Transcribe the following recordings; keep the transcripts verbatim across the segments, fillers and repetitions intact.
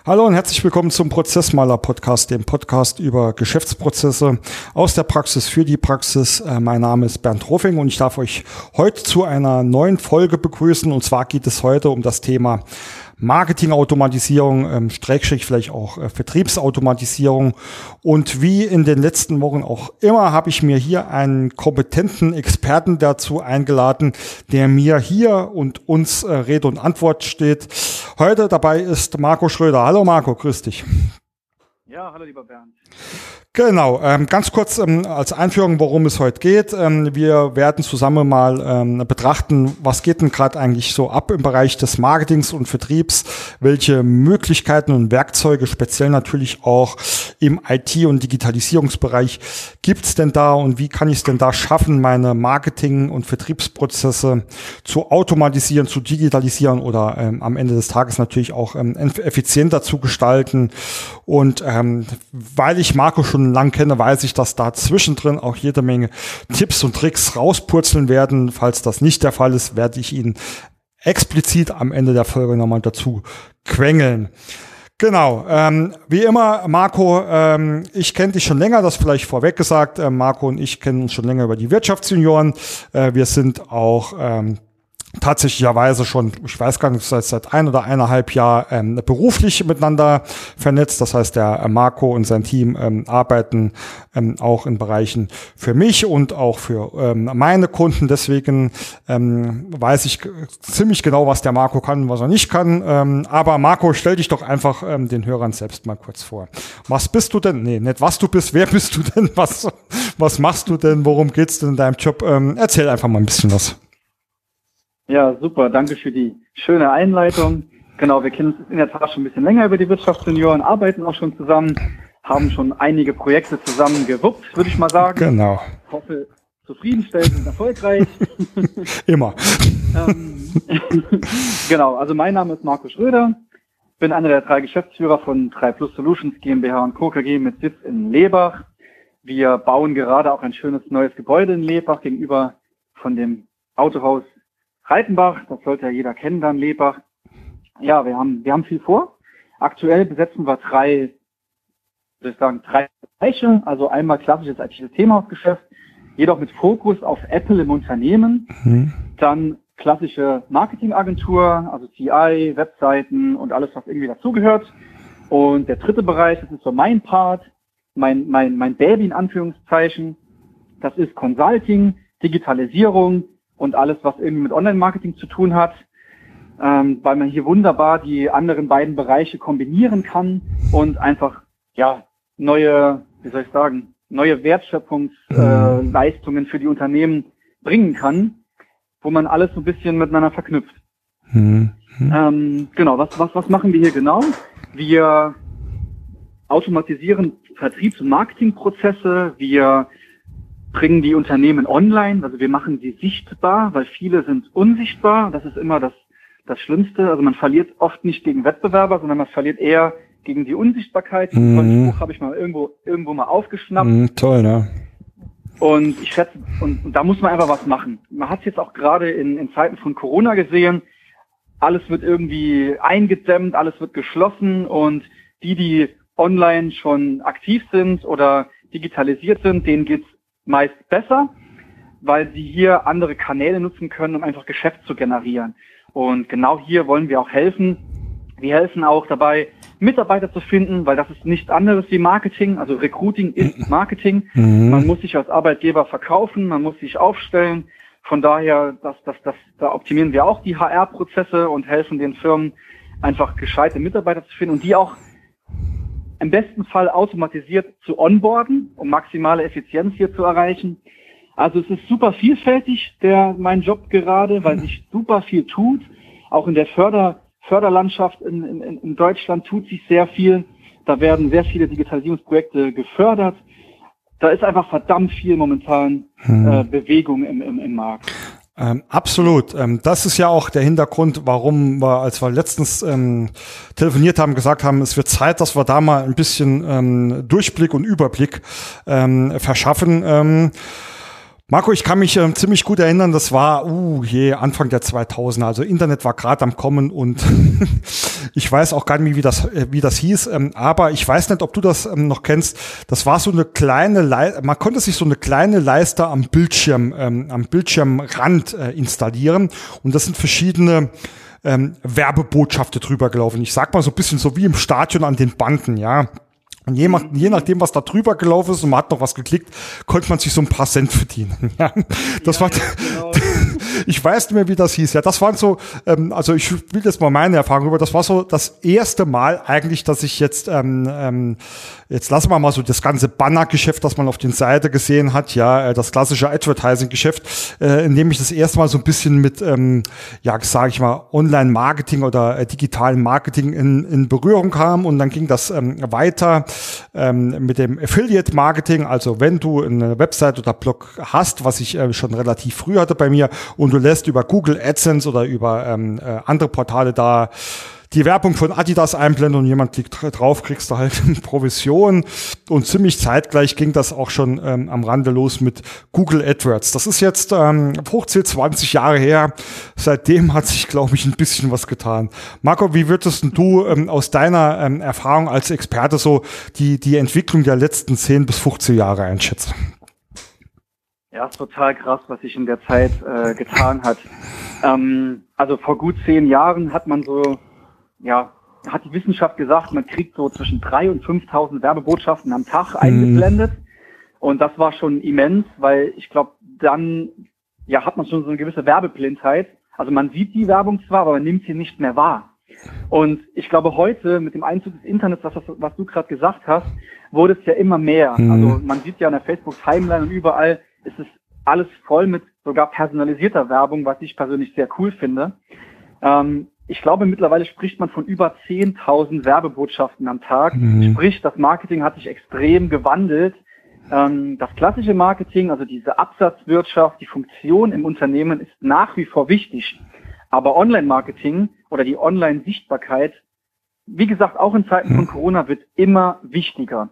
Hallo und herzlich willkommen zum Prozessmaler-Podcast, dem Podcast über Geschäftsprozesse aus der Praxis für die Praxis. Äh, mein Name ist Bernd Rofing und ich darf euch heute zu einer neuen Folge begrüßen. Und zwar geht es heute um das Thema Marketingautomatisierung, ähm, Schrägstrich vielleicht auch äh, Vertriebsautomatisierung. Und wie in den letzten Wochen auch immer habe ich mir hier einen kompetenten Experten dazu eingeladen, der mir hier und uns äh, Rede und Antwort steht. Heute dabei ist Marco Schröder. Hallo Marco, grüß dich. Ja, hallo lieber Bernd. Genau, ähm, ganz kurz ähm, als Einführung, worum es heute geht. Ähm, wir werden zusammen mal ähm, betrachten, was geht denn gerade eigentlich so ab im Bereich des Marketings und Vertriebs, welche Möglichkeiten und Werkzeuge, speziell natürlich auch im I T- und Digitalisierungsbereich, gibt's denn da und wie kann ich es denn da schaffen, meine Marketing- und Vertriebsprozesse zu automatisieren, zu digitalisieren oder ähm, am Ende des Tages natürlich auch ähm, effizienter zu gestalten. Und ähm, weil ich Marco schon lang kenne, weiß ich, dass da zwischendrin auch jede Menge Tipps und Tricks rauspurzeln werden. Falls das nicht der Fall ist, werde ich ihn explizit am Ende der Folge nochmal dazu quengeln. Genau, ähm, wie immer, Marco, ähm, ich kenne dich schon länger, das vielleicht vorweg gesagt. Äh, Marco und ich kennen uns schon länger über die Wirtschaftsjunioren. Äh, wir sind auch ähm, tatsächlicherweise schon, ich weiß gar nicht, seit, seit ein oder eineinhalb Jahr ähm, beruflich miteinander vernetzt. Das heißt, der äh, Marco und sein Team ähm, arbeiten ähm, auch in Bereichen für mich und auch für ähm, meine Kunden. Deswegen ähm, weiß ich g- ziemlich genau, was der Marco kann und was er nicht kann. Ähm, aber Marco, stell dich doch einfach ähm, den Hörern selbst mal kurz vor. Was bist du denn? Nee, nicht was du bist, wer bist du denn? Was, was machst du denn? Worum geht's denn in deinem Job? Ähm, erzähl einfach mal ein bisschen was. Ja, super. Danke für die schöne Einleitung. Genau, wir kennen uns in der Tat schon ein bisschen länger über die Wirtschaftsjunioren, arbeiten auch schon zusammen, haben schon einige Projekte zusammen gewuppt, würde ich mal sagen. Genau. Ich hoffe, zufriedenstellend und erfolgreich. Immer. ähm, genau, also mein Name ist Marco Schröder, bin einer der drei Geschäftsführer von drei Plus Solutions GmbH und Co. K G mit Sitz in Lebach. Wir bauen gerade auch ein schönes neues Gebäude in Lebach gegenüber von dem Autohaus Reitenbach, das sollte ja jeder kennen dann, Lebach. Ja, wir haben, wir haben viel vor. Aktuell besetzen wir drei, soll ich sagen, drei Bereiche. Also einmal klassisches I T-Systemhausgeschäft, jedoch mit Fokus auf Apple im Unternehmen. Mhm. Dann klassische Marketingagentur, also C I, Webseiten und alles, was irgendwie dazugehört. Und der dritte Bereich, das ist so mein Part, mein, mein, mein Baby in Anführungszeichen. Das ist Consulting, Digitalisierung, und alles, was irgendwie mit Online-Marketing zu tun hat, ähm, weil man hier wunderbar die anderen beiden Bereiche kombinieren kann und einfach, ja, neue, wie soll ich sagen, neue Wertschöpfungsleistungen äh, für die Unternehmen bringen kann, wo man alles so ein bisschen miteinander verknüpft. Mhm. Ähm, genau, was, was, was machen wir hier genau? Wir automatisieren Vertriebs- und Marketingprozesse, wir bringen die Unternehmen online, also wir machen sie sichtbar, weil viele sind unsichtbar. Das ist immer das, das Schlimmste. Also man verliert oft nicht gegen Wettbewerber, sondern man verliert eher gegen die Unsichtbarkeit. Mhm. Den Spruch habe ich mal irgendwo, irgendwo mal aufgeschnappt. Mhm, toll, ne? Und ich schätze, und, und da muss man einfach was machen. Man hat es jetzt auch gerade in, in Zeiten von Corona gesehen. Alles wird irgendwie eingedämmt, alles wird geschlossen und die, die online schon aktiv sind oder digitalisiert sind, denen geht's meist besser, weil sie hier andere Kanäle nutzen können, um einfach Geschäft zu generieren. Und genau hier wollen wir auch helfen. Wir helfen auch dabei, Mitarbeiter zu finden, weil das ist nichts anderes wie Marketing. Also Recruiting ist Marketing. Mhm. Man muss sich als Arbeitgeber verkaufen, man muss sich aufstellen. Von daher, das, das, das, da optimieren wir auch die H R-Prozesse und helfen den Firmen, einfach gescheite Mitarbeiter zu finden und die auch im besten Fall automatisiert zu onboarden, um maximale Effizienz hier zu erreichen. Also es ist super vielfältig, der mein Job gerade, weil sich super viel tut. Auch in der Förder, Förderlandschaft in, in, in Deutschland tut sich sehr viel. Da werden sehr viele Digitalisierungsprojekte gefördert. Da ist einfach verdammt viel momentan hm. äh, Bewegung im, im, im Markt. Ähm, absolut. Ähm, das ist ja auch der Hintergrund, warum wir, als wir letztens ähm, telefoniert haben, gesagt haben, es wird Zeit, dass wir da mal ein bisschen ähm, Durchblick und Überblick ähm, verschaffen. Ähm, Marco, ich kann mich äh, ziemlich gut erinnern, das war uh, je Anfang der zweitausender, also Internet war gerade am Kommen und Ich weiß auch gar nicht mehr, wie das, wie das hieß, ähm, aber ich weiß nicht, ob du das ähm, noch kennst. Das war so eine kleine, Le- man konnte sich so eine kleine Leiste am Bildschirm, ähm, am Bildschirmrand äh, installieren und das sind verschiedene ähm, Werbebotschaften drüber gelaufen. Ich sag mal so ein bisschen so wie im Stadion an den Banden, ja. Und je, nach, je nachdem, was da drüber gelaufen ist und man hat noch was geklickt, konnte man sich so ein paar Cent verdienen. Ja, das ja, war, genau. Ich weiß nicht mehr, wie das hieß. Ja, das waren so, ähm, also ich will jetzt mal meine Erfahrung über. Das war so das erste Mal eigentlich, dass ich jetzt, ähm, ähm, jetzt lassen wir mal so das ganze Bannergeschäft, das man auf den Seiten gesehen hat, ja, äh, das klassische Advertising-Geschäft, äh, in dem ich das erste Mal so ein bisschen mit, ähm, ja, sage ich mal, Online-Marketing oder äh, digitalen Marketing in, in Berührung kam und dann ging das ähm, weiter. Ähm, mit dem Affiliate-Marketing, also wenn du eine Website oder Blog hast, was ich äh, schon relativ früh hatte bei mir und du lässt über Google AdSense oder über ähm, äh, andere Portale da die Werbung von Adidas einblenden und jemand klickt drauf, kriegst du halt Provision und ziemlich zeitgleich ging das auch schon ähm, am Rande los mit Google AdWords. Das ist jetzt ähm, hochzählt zwanzig Jahre her. Seitdem hat sich, glaube ich, ein bisschen was getan. Marco, wie würdest du ähm, aus deiner ähm, Erfahrung als Experte so die, die Entwicklung der letzten zehn bis fünfzehn Jahre einschätzen? Ja, ist total krass, was sich in der Zeit äh, getan hat. Ähm, also vor gut zehn Jahren hat man so ja, hat die Wissenschaft gesagt, man kriegt so zwischen dreitausend und fünftausend Werbebotschaften am Tag mhm. eingeblendet. Und das war schon immens, weil ich glaube, dann ja hat man schon so eine gewisse Werbeblindheit. Also man sieht die Werbung zwar, aber man nimmt sie nicht mehr wahr. Und ich glaube, heute mit dem Einzug des Internets, was, was du gerade gesagt hast, wurde es ja immer mehr. Mhm. Also man sieht ja in der Facebook-Timeline und überall ist es alles voll mit sogar personalisierter Werbung, was ich persönlich sehr cool finde. Ähm, Ich glaube, mittlerweile spricht man von über zehntausend Werbebotschaften am Tag. Mhm. Sprich, das Marketing hat sich extrem gewandelt. Ähm, das klassische Marketing, also diese Absatzwirtschaft, die Funktion im Unternehmen ist nach wie vor wichtig. Aber Online-Marketing oder die Online-Sichtbarkeit, wie gesagt, auch in Zeiten von Corona wird immer wichtiger.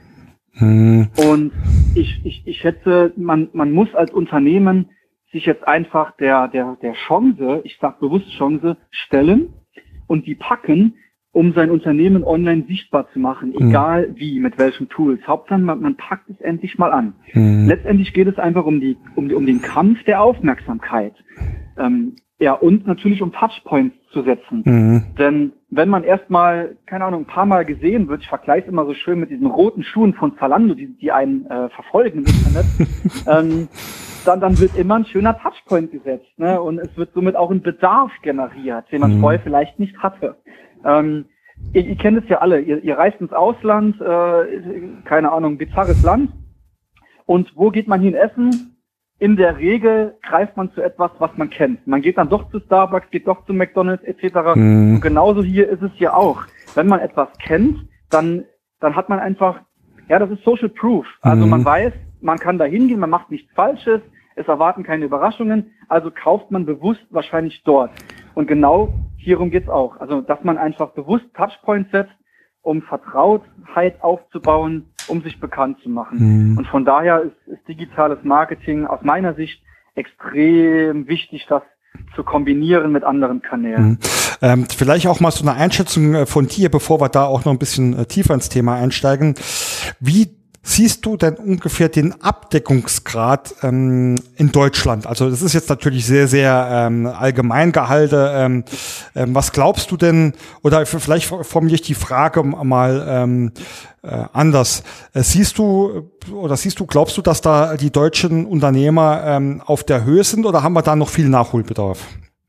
Mhm. Und ich, ich, ich schätze, man, man muss als Unternehmen sich jetzt einfach der, der, der Chance, ich sage bewusst Chance, stellen und die packen, um sein Unternehmen online sichtbar zu machen, mhm. egal wie, mit welchen Tools. Hauptsache, man, man packt es endlich mal an. Mhm. Letztendlich geht es einfach um die, um die, um den Kampf der Aufmerksamkeit. Ähm, ja, und natürlich um Touchpoints zu setzen. Mhm. Denn wenn man erstmal, keine Ahnung, ein paar Mal gesehen wird, ich vergleiche es immer so schön mit diesen roten Schuhen von Zalando, die, die einen äh, verfolgen im Internet, ähm, dann, dann wird immer ein schöner Touchpoint gesetzt, ne? Und es wird somit auch ein Bedarf generiert, den man mhm. vorher vielleicht nicht hatte. Ähm, ihr, ihr kennt es ja alle, ihr, ihr reist ins Ausland, äh, keine Ahnung, bizarres Land. Und wo geht man hin essen? In der Regel greift man zu etwas, was man kennt. Man geht dann doch zu Starbucks, geht doch zu McDonald's et cetera. Mhm. Und genauso hier ist es ja auch. Wenn man etwas kennt, dann dann hat man einfach, ja, das ist Social Proof. Also mhm. man weiß, man kann da hingehen, man macht nichts Falsches, es erwarten keine Überraschungen, also kauft man bewusst wahrscheinlich dort. Und genau hierum geht's auch. Also dass man einfach bewusst Touchpoints setzt, um Vertrautheit aufzubauen, um sich bekannt zu machen. Mhm. Und von daher ist, ist digitales Marketing aus meiner Sicht extrem wichtig, das zu kombinieren mit anderen Kanälen. Mhm. Ähm, vielleicht auch mal so eine Einschätzung von dir, bevor wir da auch noch ein bisschen äh, tiefer ins Thema einsteigen. Wie siehst du denn ungefähr den Abdeckungsgrad ähm, in Deutschland? Also das ist jetzt natürlich sehr, sehr ähm, allgemein gehalten. Ähm, ähm, was glaubst du denn, oder vielleicht formuliere ich die Frage mal ähm, äh, anders. Äh, siehst du, oder siehst du, glaubst du, dass da die deutschen Unternehmer ähm, auf der Höhe sind oder haben wir da noch viel Nachholbedarf?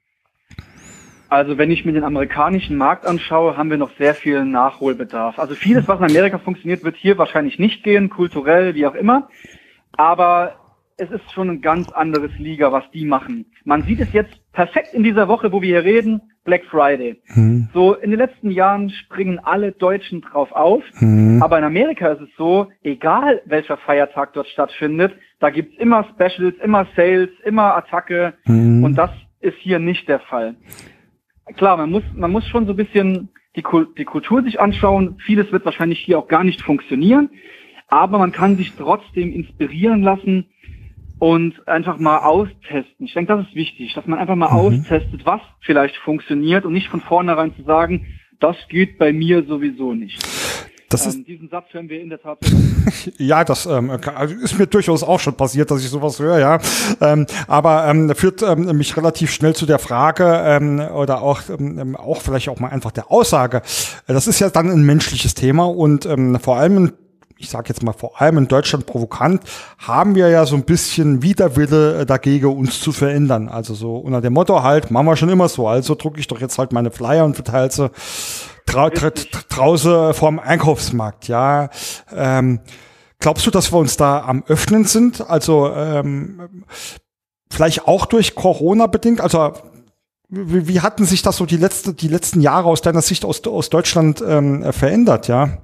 Also wenn ich mir den amerikanischen Markt anschaue, haben wir noch sehr viel Nachholbedarf. Also vieles, was in Amerika funktioniert, wird hier wahrscheinlich nicht gehen, kulturell, wie auch immer. Aber es ist schon ein ganz anderes Liga, was die machen. Man sieht es jetzt perfekt in dieser Woche, wo wir hier reden, Black Friday. Hm. So in den letzten Jahren springen alle Deutschen drauf auf. Hm. Aber in Amerika ist es so, egal welcher Feiertag dort stattfindet, da gibt's immer Specials, immer Sales, immer Attacke. Hm. Und das ist hier nicht der Fall. Klar, man muss, man muss schon so ein bisschen die, die Kultur sich anschauen. Vieles wird wahrscheinlich hier auch gar nicht funktionieren, aber man kann sich trotzdem inspirieren lassen und einfach mal austesten. Ich denke, das ist wichtig, dass man einfach mal mhm. austestet, was vielleicht funktioniert und nicht von vornherein zu sagen, das geht bei mir sowieso nicht. Das ähm, ist diesen Satz hören wir in der Tat. Ja, das ähm, also ist mir durchaus auch schon passiert, dass ich sowas höre, ja. Ähm, aber ähm, führt ähm, mich relativ schnell zu der Frage ähm, oder auch ähm, auch vielleicht auch mal einfach der Aussage. Äh, das ist ja dann ein menschliches Thema und ähm, vor allem ich sage jetzt mal vor allem in Deutschland provokant, haben wir ja so ein bisschen Widerwille dagegen, uns zu verändern. Also so unter dem Motto halt, machen wir schon immer so, also drucke ich doch jetzt halt meine Flyer und verteile sie trau tra tra draußen vorm Einkaufsmarkt. Ja, ähm, glaubst du, dass wir uns da am Öffnen sind? Also ähm, vielleicht auch durch Corona bedingt? Also wie, wie hatten sich das so die, letzte, die letzten Jahre aus deiner Sicht aus, aus Deutschland ähm, verändert, ja?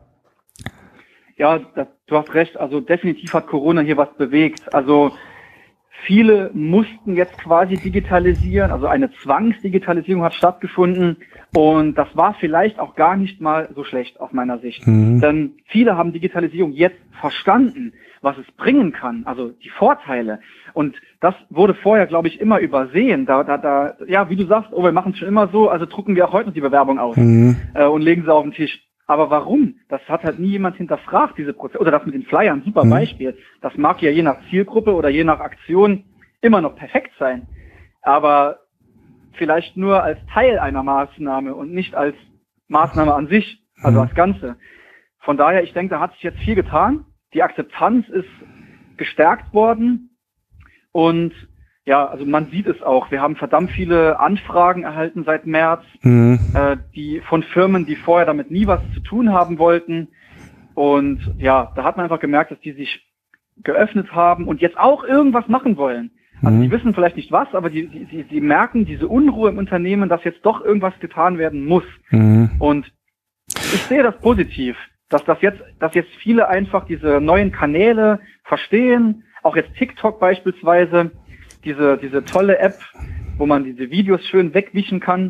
Ja, das, du hast recht. Also definitiv hat Corona hier was bewegt. Also viele mussten jetzt quasi digitalisieren. Also eine Zwangsdigitalisierung hat stattgefunden. Und das war vielleicht auch gar nicht mal so schlecht aus meiner Sicht. Mhm. Denn viele haben Digitalisierung jetzt verstanden, was es bringen kann. Also die Vorteile. Und das wurde vorher, glaube ich, immer übersehen. Da, da, da, ja, wie du sagst, oh, wir machen es schon immer so, also drucken wir auch heute noch die Bewerbung aus mhm. äh, und legen sie auf den Tisch. Aber warum? Das hat halt nie jemand hinterfragt, diese Prozesse. Oder das mit den Flyern, super mhm. Beispiel. Das mag ja je nach Zielgruppe oder je nach Aktion immer noch perfekt sein. Aber vielleicht nur als Teil einer Maßnahme und nicht als Maßnahme an sich, also mhm. als Ganze. Von daher, ich denke, da hat sich jetzt viel getan. Die Akzeptanz ist gestärkt worden. Und ja, also man sieht es auch. Wir haben verdammt viele Anfragen erhalten seit März, mhm. äh, die von Firmen, die vorher damit nie was zu tun haben wollten. Und ja, da hat man einfach gemerkt, dass die sich geöffnet haben und jetzt auch irgendwas machen wollen. Also mhm. die wissen vielleicht nicht was, aber die, die, die merken diese Unruhe im Unternehmen, dass jetzt doch irgendwas getan werden muss. Mhm. Und ich sehe das positiv, dass das jetzt, dass jetzt viele einfach diese neuen Kanäle verstehen, auch jetzt TikTok beispielsweise, diese, diese tolle App, wo man diese Videos schön wegwischen kann.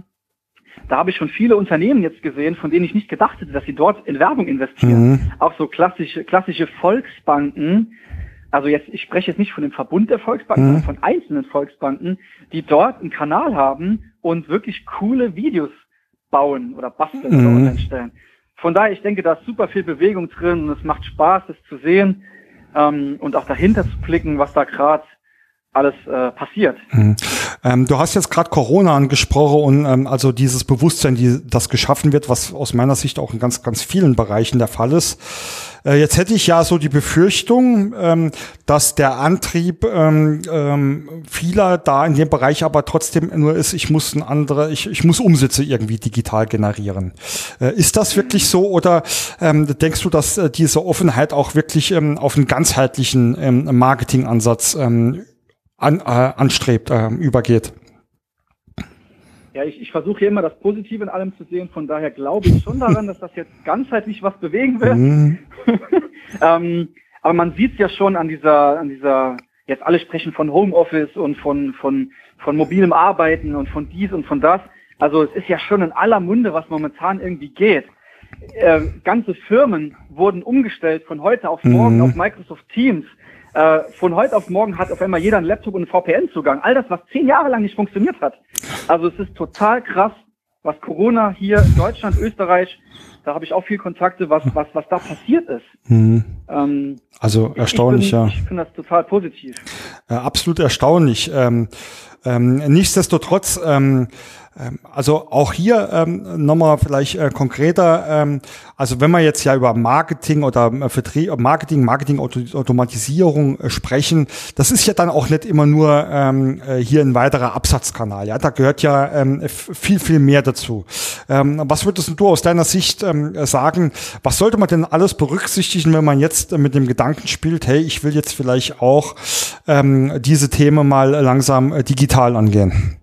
Da habe ich schon viele Unternehmen jetzt gesehen, von denen ich nicht gedacht hätte, dass sie dort in Werbung investieren. Mhm. Auch so klassische, klassische Volksbanken. Also jetzt, ich spreche jetzt nicht von dem Verbund der Volksbanken, mhm. sondern von einzelnen Volksbanken, die dort einen Kanal haben und wirklich coole Videos bauen oder basteln mhm. oder online stellen. Von daher, ich denke, da ist super viel Bewegung drin und es macht Spaß, das zu sehen ähm, und auch dahinter zu blicken, was da gerade alles äh, passiert. Mhm. Ähm, du hast jetzt gerade Corona angesprochen und ähm, also dieses Bewusstsein, die, das geschaffen wird, was aus meiner Sicht auch in ganz, ganz vielen Bereichen der Fall ist. Äh, jetzt hätte ich ja so die Befürchtung, ähm, dass der Antrieb ähm, ähm, vieler da in dem Bereich aber trotzdem nur ist, ich muss ein andere, ich, ich muss Umsätze irgendwie digital generieren. Äh, ist das wirklich so oder ähm, denkst du, dass äh, diese Offenheit auch wirklich ähm, auf einen ganzheitlichen ähm, Marketingansatz ähm, An, äh, anstrebt, äh, übergeht? Ja, ich, ich versuche hier immer das Positive in allem zu sehen, von daher glaube ich schon daran, dass das jetzt ganzheitlich was bewegen wird. Mhm. ähm, aber man sieht es ja schon an dieser, an dieser, jetzt alle sprechen von Homeoffice und von, von, von mobilem Arbeiten und von dies und von das. Also es ist ja schon in aller Munde, was momentan irgendwie geht. Äh, ganze Firmen wurden umgestellt von heute auf morgen mhm. auf Microsoft Teams. Von heute auf morgen hat auf einmal jeder einen Laptop und einen V P N-Zugang. All das, was zehn Jahre lang nicht funktioniert hat. Also es ist total krass, was Corona hier in Deutschland, Österreich, da habe ich auch viel Kontakte, was was was da passiert ist. Mhm. Ähm, also erstaunlich, ich bin, ja. Ich finde das total positiv. Äh, absolut erstaunlich. Ähm, ähm, nichtsdestotrotz, ähm, also auch hier ähm, nochmal vielleicht äh, konkreter, ähm, also wenn wir jetzt ja über Marketing oder äh, Vertrieb, Marketing, Marketing-Automatisierung äh, sprechen, das ist ja dann auch nicht immer nur ähm, äh, hier ein weiterer Absatzkanal, ja, da gehört ja ähm, viel, viel mehr dazu. Ähm, was würdest du aus deiner Sicht ähm, sagen, was sollte man denn alles berücksichtigen, wenn man jetzt äh, mit dem Gedanken spielt, hey, ich will jetzt vielleicht auch ähm, diese Themen mal langsam äh, digital angehen?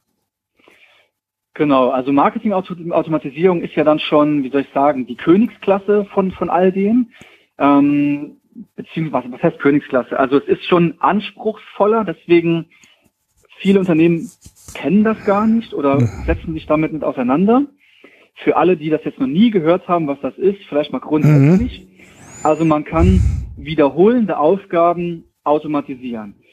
Genau, also Marketing-Automatisierung ist ja dann schon, wie soll ich sagen, die Königsklasse von von all dem. Ähm, beziehungsweise, was heißt Königsklasse? Also es ist schon anspruchsvoller, deswegen viele Unternehmen kennen das gar nicht oder setzen sich damit nicht auseinander. Für alle, die das jetzt noch nie gehört haben, was das ist, vielleicht mal grundsätzlich. Mhm. Also man kann wiederholende Aufgaben automatisieren.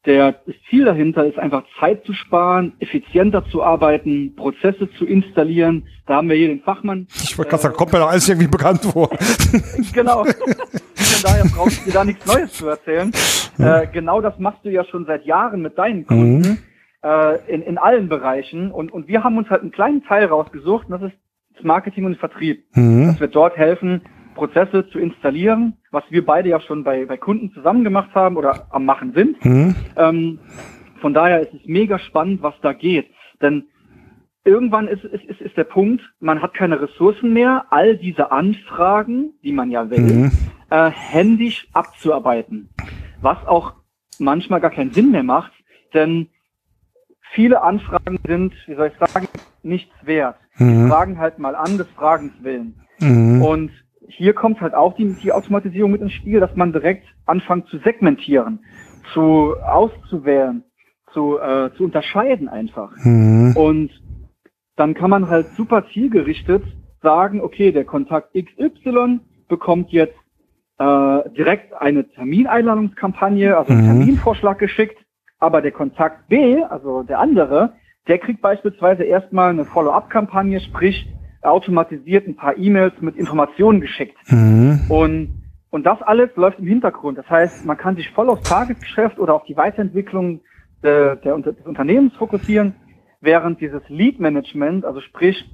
Der, das Ziel dahinter ist einfach Zeit zu sparen, effizienter zu arbeiten, Prozesse zu installieren. Da haben wir hier den Fachmann. Ich wollte gerade sagen, kommt mir doch alles irgendwie bekannt vor. Genau. Von daher brauchst du dir da nichts Neues zu erzählen. Äh, genau das machst du ja schon seit Jahren mit deinen Kunden, mhm. äh, in, in allen Bereichen. Und, und wir haben uns halt einen kleinen Teil rausgesucht, und das ist das Marketing und Vertrieb. Mhm. Dass wir dort helfen, Prozesse zu installieren, was wir beide ja schon bei, bei Kunden zusammen gemacht haben oder am Machen sind. Mhm. Ähm, von daher ist es mega spannend, was da geht. Denn irgendwann ist, ist, ist, ist der Punkt, man hat keine Ressourcen mehr, all diese Anfragen, die man ja will, mhm. äh, händisch abzuarbeiten. Was auch manchmal gar keinen Sinn mehr macht, denn viele Anfragen sind, wie soll ich sagen, nichts wert. Mhm. Die fragen halt mal an des Fragens willen. Mhm. Und hier kommt halt auch die, die Automatisierung mit ins Spiel, dass man direkt anfängt zu segmentieren, zu auszuwählen, zu, äh, zu unterscheiden einfach. Mhm. Und dann kann man halt super zielgerichtet sagen, okay, der Kontakt X Y bekommt jetzt äh, direkt eine Termineinladungskampagne, also einen mhm. Terminvorschlag geschickt, aber der Kontakt B, also der andere, der kriegt beispielsweise erstmal eine Follow-up-Kampagne, sprich automatisiert ein paar E-Mails mit Informationen geschickt. Mhm. Und, und das alles läuft im Hintergrund. Das heißt, man kann sich voll aufs Tagesgeschäft oder auf die Weiterentwicklung der, der, des Unternehmens fokussieren, während dieses Lead-Management, also sprich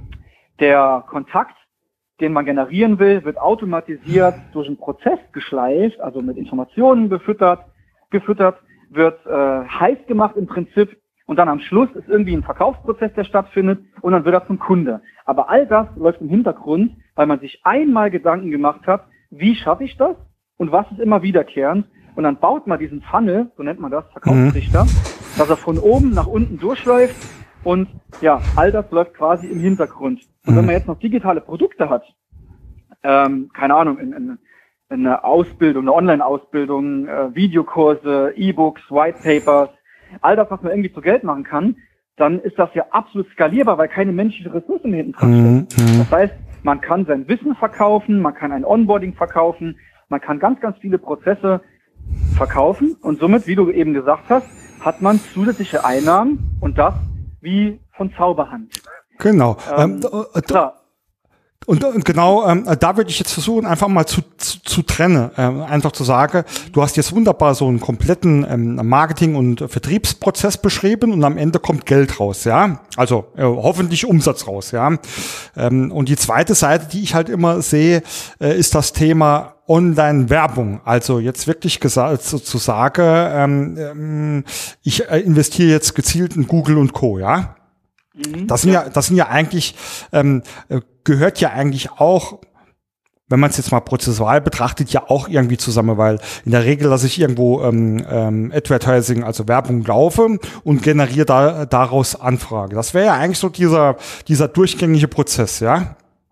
der Kontakt, den man generieren will, wird automatisiert durch einen Prozess geschleift, also mit Informationen befüttert, gefüttert, wird äh, heiß gemacht im Prinzip. Und dann am Schluss ist irgendwie ein Verkaufsprozess, der stattfindet, und dann wird er zum Kunde. Aber all das läuft im Hintergrund, weil man sich einmal Gedanken gemacht hat, wie schaffe ich das und was ist immer wiederkehrend. Und dann baut man diesen Funnel, so nennt man das, Verkaufsrichter, mhm. dass er von oben nach unten durchläuft, und ja, all das läuft quasi im Hintergrund. Und mhm. wenn man jetzt noch digitale Produkte hat, ähm, keine Ahnung, in, in, in eine Ausbildung, eine Online-Ausbildung, äh, Videokurse, E-Books, White Papers, all das, was man irgendwie zu Geld machen kann, dann ist das ja absolut skalierbar, weil keine menschliche Ressourcen hinten dran stecken. Mhm. Das heißt, man kann sein Wissen verkaufen, man kann ein Onboarding verkaufen, man kann ganz, ganz viele Prozesse verkaufen, und somit, wie du eben gesagt hast, hat man zusätzliche Einnahmen, und das wie von Zauberhand. Genau. Ähm, ähm, klar. Und, und genau, ähm, da würde ich jetzt versuchen, einfach mal zu, zu, zu trennen. Ähm, einfach zu sagen, du hast jetzt wunderbar so einen kompletten ähm, Marketing- und Vertriebsprozess beschrieben, und am Ende kommt Geld raus, ja. Also äh, hoffentlich Umsatz raus, ja. Ähm, und die zweite Seite, die ich halt immer sehe, äh, ist das Thema Online-Werbung. Also jetzt wirklich gesagt, so zu sagen, ähm, ich äh, investiere jetzt gezielt in Google und Co., ja. Das sind ja, das sind ja eigentlich, ähm, gehört ja eigentlich auch, wenn man es jetzt mal prozessual betrachtet, ja auch irgendwie zusammen, weil in der Regel lasse ich irgendwo ähm, ähm, Advertising, also Werbung laufe, und generiere da daraus Anfrage. Das wäre ja eigentlich so dieser dieser durchgängige Prozess, ja?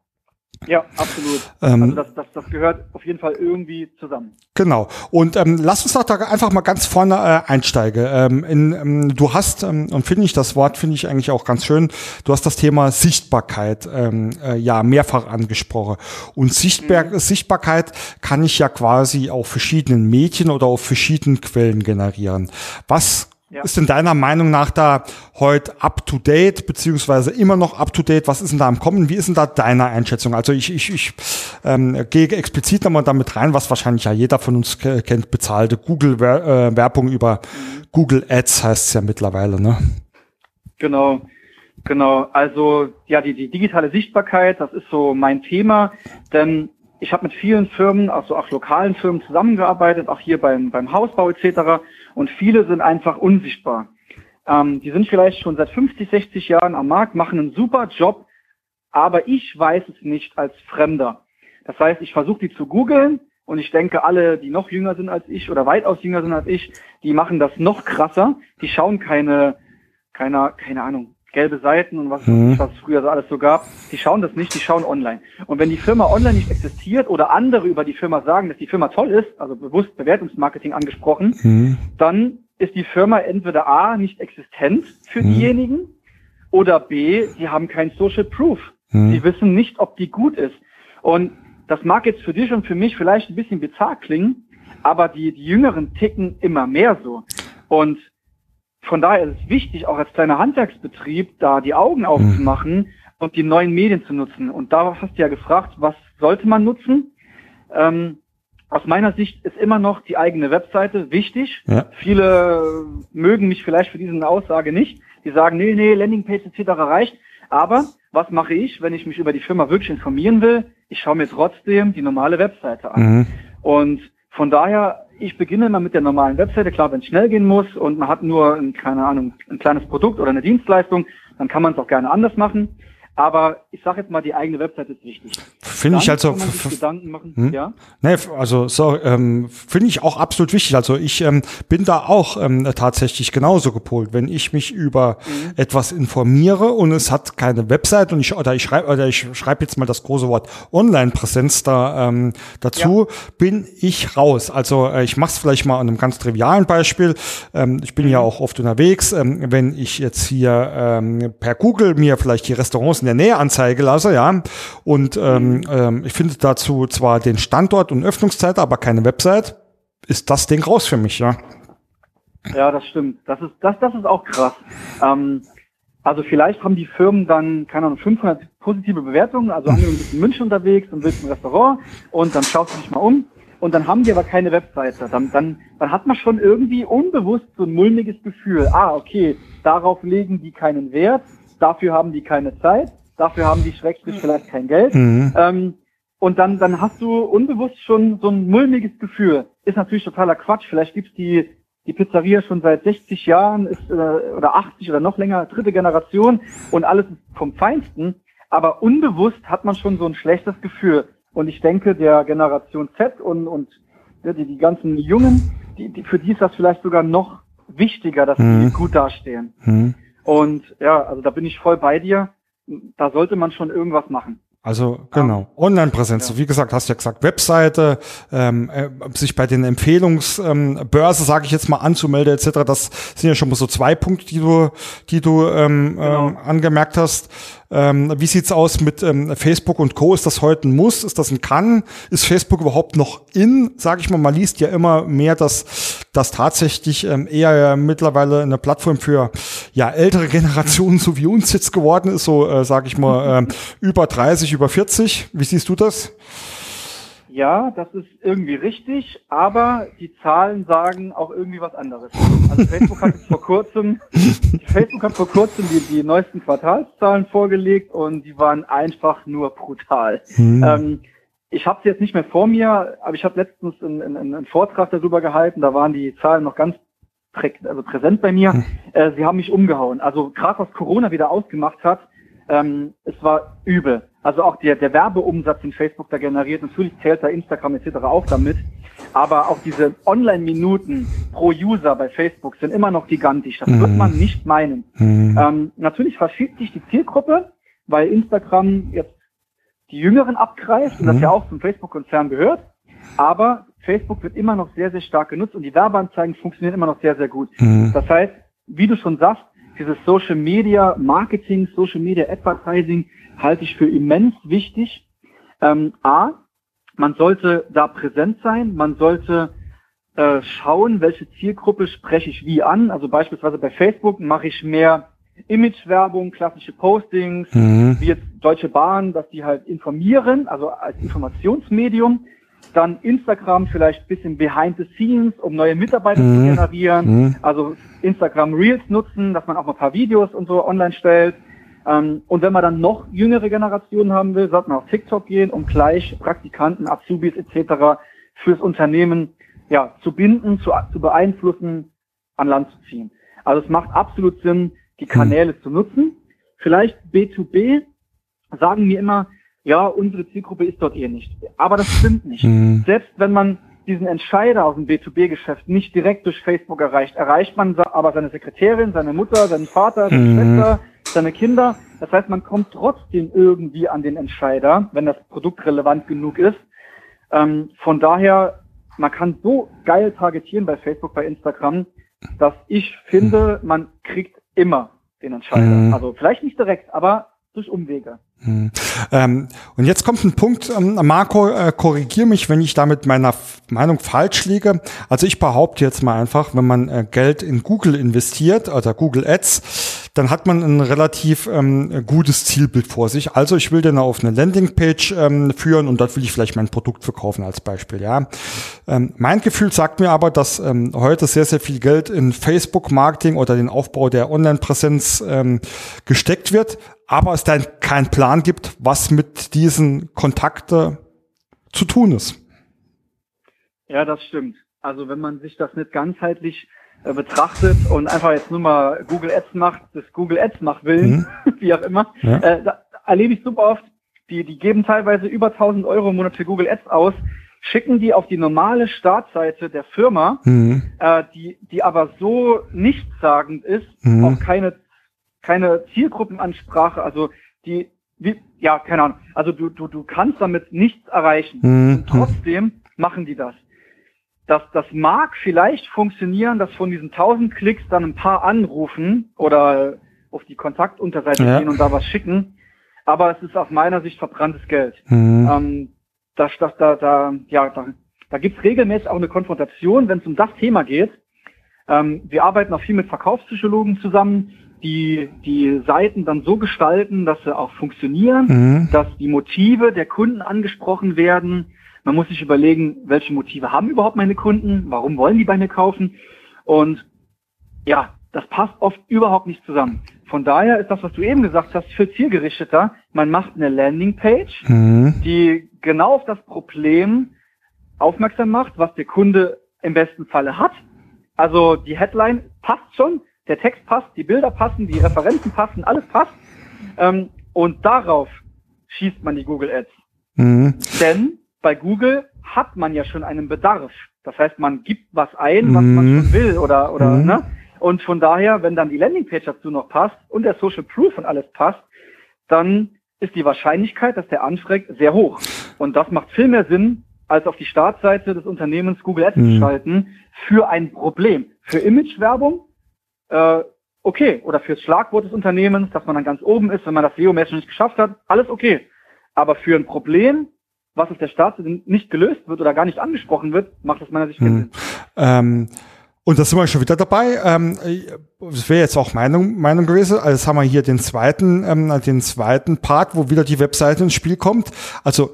Ja, absolut. Ähm, also das, das, das gehört auf jeden Fall irgendwie zusammen. Genau. Und ähm, lass uns doch da einfach mal ganz vorne äh, einsteigen. Ähm, in, ähm, du hast, ähm, und finde ich, das Wort finde ich eigentlich auch ganz schön, du hast das Thema Sichtbarkeit ähm, äh, ja mehrfach angesprochen. Und Sichtbar- mhm. Sichtbarkeit kann ich ja quasi auf verschiedenen Medien oder auf verschiedenen Quellen generieren. Was Ja. ist denn deiner Meinung nach da heute up-to-date, beziehungsweise immer noch up-to-date? Was ist denn da am Kommen? Wie ist denn da deine Einschätzung? Also ich, ich, ich ähm, gehe explizit nochmal damit rein, was wahrscheinlich ja jeder von uns k- kennt, bezahlte Google-Werbung über mhm. Google Ads heißt es ja mittlerweile, ne? Genau, genau. Also ja, die, die digitale Sichtbarkeit, das ist so mein Thema, denn ich habe mit vielen Firmen, also auch lokalen Firmen zusammengearbeitet, auch hier beim, beim Hausbau et cetera. Und viele sind einfach unsichtbar. Ähm, die sind vielleicht schon seit fünfzig, sechzig Jahren am Markt, machen einen super Job, aber ich weiß es nicht als Fremder. Das heißt, ich versuche die zu googeln, und ich denke, alle, die noch jünger sind als ich oder weitaus jünger sind als ich, die machen das noch krasser. Die schauen keine, keine, keine Ahnung, gelbe Seiten und was, mhm. was es früher so alles so gab. Die schauen das nicht, die schauen online. Und wenn die Firma online nicht existiert oder andere über die Firma sagen, dass die Firma toll ist, also bewusst Bewertungsmarketing angesprochen, mhm. dann ist die Firma entweder A, nicht existent für mhm. diejenigen, oder B, die haben kein Social Proof. Mhm. Sie wissen nicht, ob die gut ist. Und das mag jetzt für dich und für mich vielleicht ein bisschen bizarr klingen, aber die, die Jüngeren ticken immer mehr so. Und von daher ist es wichtig, auch als kleiner Handwerksbetrieb, da die Augen aufzumachen mhm. und die neuen Medien zu nutzen. Und da hast du ja gefragt, was sollte man nutzen? Ähm, aus meiner Sicht ist immer noch die eigene Webseite wichtig. Ja. Viele mögen mich vielleicht für diese Aussage nicht. Die sagen, nee, nee, Landingpage et cetera reicht. Aber was mache ich, wenn ich mich über die Firma wirklich informieren will? Ich schaue mir trotzdem die normale Webseite an. Mhm. Und von daher, ich beginne immer mit der normalen Webseite. Klar, wenn es schnell gehen muss und man hat nur, ein, keine Ahnung, ein kleines Produkt oder eine Dienstleistung, dann kann man es auch gerne anders machen. Aber ich sage jetzt mal, die eigene Website ist wichtig. Finde ich also, kann man sich Gedanken machen. Hm? Ja? Nee, also so, ähm, finde ich auch absolut wichtig. Also ich ähm, bin da auch ähm, tatsächlich genauso gepolt. Wenn ich mich über mhm. etwas informiere und es hat keine Website und ich oder ich schreibe oder ich schreibe jetzt mal das große Wort Online-Präsenz da ähm, dazu, ja. bin ich raus. Also äh, ich mache es vielleicht mal an einem ganz trivialen Beispiel. Ähm, ich bin mhm. ja auch oft unterwegs. Ähm, wenn ich jetzt hier ähm, per Google mir vielleicht die Restaurants in der Nähe anzeige lasse, ja, und ähm, ähm, ich finde dazu zwar den Standort und Öffnungszeit, aber keine Website, ist das Ding raus für mich, ja. Ja, das stimmt. Das ist das, das ist auch krass. Ähm, also vielleicht haben die Firmen dann, keine Ahnung, fünfhundert positive Bewertungen, also angenommen, du bist in München unterwegs und willst ein Restaurant und dann schaust du dich mal um und dann haben die aber keine Webseite. Dann, dann, dann hat man schon irgendwie unbewusst so ein mulmiges Gefühl. Ah, okay, darauf legen die keinen Wert. Dafür haben die keine Zeit, dafür haben die schrecklich vielleicht kein Geld. Mhm. Ähm, und dann dann hast du unbewusst schon so ein mulmiges Gefühl. Ist natürlich totaler Quatsch. Vielleicht gibt's die die Pizzeria schon seit sechzig Jahren ist äh, oder achtzig oder noch länger, dritte Generation und alles ist vom Feinsten. Aber unbewusst hat man schon so ein schlechtes Gefühl. Und ich denke, der Generation Z und und die, die ganzen Jungen, die, die, für die ist das vielleicht sogar noch wichtiger, dass mhm. die gut dastehen. Mhm. Und ja, also da bin ich voll bei dir. Da sollte man schon irgendwas machen. Also genau, Online-Präsenz. Ja. Wie gesagt, hast du ja gesagt, Webseite, ähm, äh, sich bei den Empfehlungsbörse, ähm, sage ich jetzt mal, anzumelden et cetera. Das sind ja schon mal so zwei Punkte, die du, die du ähm, genau. ähm, angemerkt hast. Ähm, wie sieht's aus mit ähm, Facebook und Co.? Ist das heute ein Muss? Ist das ein Kann? Ist Facebook überhaupt noch in? Sag ich mal, man liest ja immer mehr, dass das tatsächlich ähm, eher ja mittlerweile eine Plattform für ja ältere Generationen, so wie uns jetzt geworden ist, so äh, sage ich mal ähm, über dreißig, über vierzig. Wie siehst du das? Ja, das ist irgendwie richtig, aber die Zahlen sagen auch irgendwie was anderes. Also Facebook hat jetzt vor kurzem, Facebook hat vor kurzem die, die neuesten Quartalszahlen vorgelegt und die waren einfach nur brutal. Hm. Ähm, ich habe sie jetzt nicht mehr vor mir, aber ich habe letztens einen, einen, einen Vortrag darüber gehalten, da waren die Zahlen noch ganz prä also präsent bei mir. Hm. Äh, sie haben mich umgehauen. Also gerade was Corona wieder ausgemacht hat, ähm, es war übel. Also auch der, der Werbeumsatz, den Facebook da generiert, natürlich zählt da Instagram et cetera auch damit, aber auch diese Online-Minuten pro User bei Facebook sind immer noch gigantisch. Das mhm. wird man nicht meinen. Mhm. Ähm, natürlich verschiebt sich die Zielgruppe, weil Instagram jetzt die Jüngeren abgreift und mhm. das ja auch zum Facebook-Konzern gehört, aber Facebook wird immer noch sehr, sehr stark genutzt und die Werbeanzeigen funktionieren immer noch sehr, sehr gut. Mhm. Das heißt, wie du schon sagst, dieses Social Media Marketing, Social Media Advertising halte ich für immens wichtig. Ähm, A, man sollte da präsent sein, man sollte äh, schauen, welche Zielgruppe spreche ich wie an. Also beispielsweise bei Facebook mache ich mehr Imagewerbung, klassische Postings, mhm. wie jetzt Deutsche Bahn, dass die halt informieren, also als Informationsmedium. Dann Instagram vielleicht ein bisschen behind the scenes, um neue Mitarbeiter mhm. zu generieren. Mhm. Also Instagram Reels nutzen, dass man auch mal ein paar Videos und so online stellt. Ähm, und wenn man dann noch jüngere Generationen haben will, sollte man auf TikTok gehen, um gleich Praktikanten, Azubis et cetera fürs Unternehmen ja zu binden, zu, zu beeinflussen, an Land zu ziehen. Also es macht absolut Sinn, die Kanäle mhm. zu nutzen. Vielleicht B zwei B sagen mir immer, ja, unsere Zielgruppe ist dort eh nicht. Aber das stimmt nicht. Mhm. Selbst wenn man diesen Entscheider aus dem B zwei B-Geschäft nicht direkt durch Facebook erreicht, erreicht man aber seine Sekretärin, seine Mutter, seinen Vater, seine mhm. Schwester, seine Kinder. Das heißt, man kommt trotzdem irgendwie an den Entscheider, wenn das Produkt relevant genug ist. Ähm, von daher, man kann so geil targetieren bei Facebook, bei Instagram, dass ich finde, man kriegt immer den Entscheider. Mhm. Also vielleicht nicht direkt, aber durch Umwege. Hm. Ähm, und jetzt kommt ein Punkt, ähm, Marco, äh, korrigier mich, wenn ich da mit meiner F- Meinung falsch liege. Also ich behaupte jetzt mal einfach, wenn man äh, Geld in Google investiert, also Google Ads, dann hat man ein relativ ähm, gutes Zielbild vor sich. Also ich will den auf eine Landingpage ähm, führen und dort will ich vielleicht mein Produkt verkaufen als Beispiel. Ja, ähm, mein Gefühl sagt mir aber, dass ähm, heute sehr, sehr viel Geld in Facebook-Marketing oder den Aufbau der Online-Präsenz ähm, gesteckt wird, aber es dann keinen Plan gibt, was mit diesen Kontakten zu tun ist. Ja, das stimmt. Also wenn man sich das nicht ganzheitlich äh, betrachtet und einfach jetzt nur mal Google Ads macht, das Google Ads macht Willen, mhm. wie auch immer, ja. äh, da erlebe ich super oft, die, die geben teilweise über tausend Euro im Monat für Google Ads aus, schicken die auf die normale Startseite der Firma, mhm. äh, die, die aber so nichtssagend ist, mhm. auch keine keine Zielgruppenansprache, also die, wie, ja, keine Ahnung, also du, du, du kannst damit nichts erreichen. Mhm. Und trotzdem machen die das. Das, das mag vielleicht funktionieren, dass von diesen tausend Klicks dann ein paar anrufen oder auf die Kontaktunterseite ja. gehen und da was schicken, aber es ist aus meiner Sicht verbranntes Geld. Mhm. Ähm, das, das, da, da, ja, da, da gibt's regelmäßig auch eine Konfrontation, wenn es um das Thema geht. Ähm, wir arbeiten auch viel mit Verkaufspsychologen zusammen, die die Seiten dann so gestalten, dass sie auch funktionieren, mhm. dass die Motive der Kunden angesprochen werden. Man muss sich überlegen, welche Motive haben überhaupt meine Kunden, warum wollen die bei mir kaufen? Und ja, das passt oft überhaupt nicht zusammen. Von daher ist das, was du eben gesagt hast, viel zielgerichteter. Man macht eine Landingpage, mhm. die genau auf das Problem aufmerksam macht, was der Kunde im besten Falle hat. Also die Headline passt schon, der Text passt, die Bilder passen, die Referenzen passen, alles passt. Ähm, und darauf schießt man die Google Ads. Mhm. Denn bei Google hat man ja schon einen Bedarf. Das heißt, man gibt was ein, was mhm. man schon will oder, oder, mhm. ne? Und von daher, wenn dann die Landingpage dazu noch passt und der Social Proof und alles passt, dann ist die Wahrscheinlichkeit, dass der anfragt, sehr hoch. Und das macht viel mehr Sinn, als auf die Startseite des Unternehmens Google Ads mhm. zu schalten für ein Problem. Für Imagewerbung, Äh, okay, oder fürs Schlagwort des Unternehmens, dass man dann ganz oben ist, wenn man das S E O-mäßig nicht geschafft hat, alles okay. Aber für ein Problem, was auf der Startseite nicht gelöst wird oder gar nicht angesprochen wird, macht das meiner Sicht keinen Sinn. Ähm, und da sind wir schon wieder dabei. Ähm, das wäre jetzt auch Meinung, Meinung gewesen. Also jetzt haben wir hier den zweiten, ähm, den zweiten Part, wo wieder die Webseite ins Spiel kommt. Also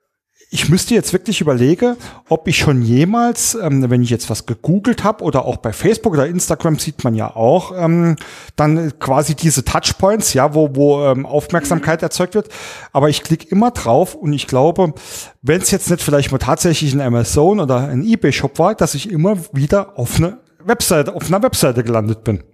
ich müsste jetzt wirklich überlegen, ob ich schon jemals, ähm, wenn ich jetzt was gegoogelt habe oder auch bei Facebook oder Instagram sieht man ja auch, ähm, dann quasi diese Touchpoints, ja, wo, wo ähm, Aufmerksamkeit erzeugt wird. Aber ich klicke immer drauf und ich glaube, wenn es jetzt nicht vielleicht mal tatsächlich ein Amazon oder ein eBay-Shop war, dass ich immer wieder auf eine Webseite, auf einer Webseite gelandet bin.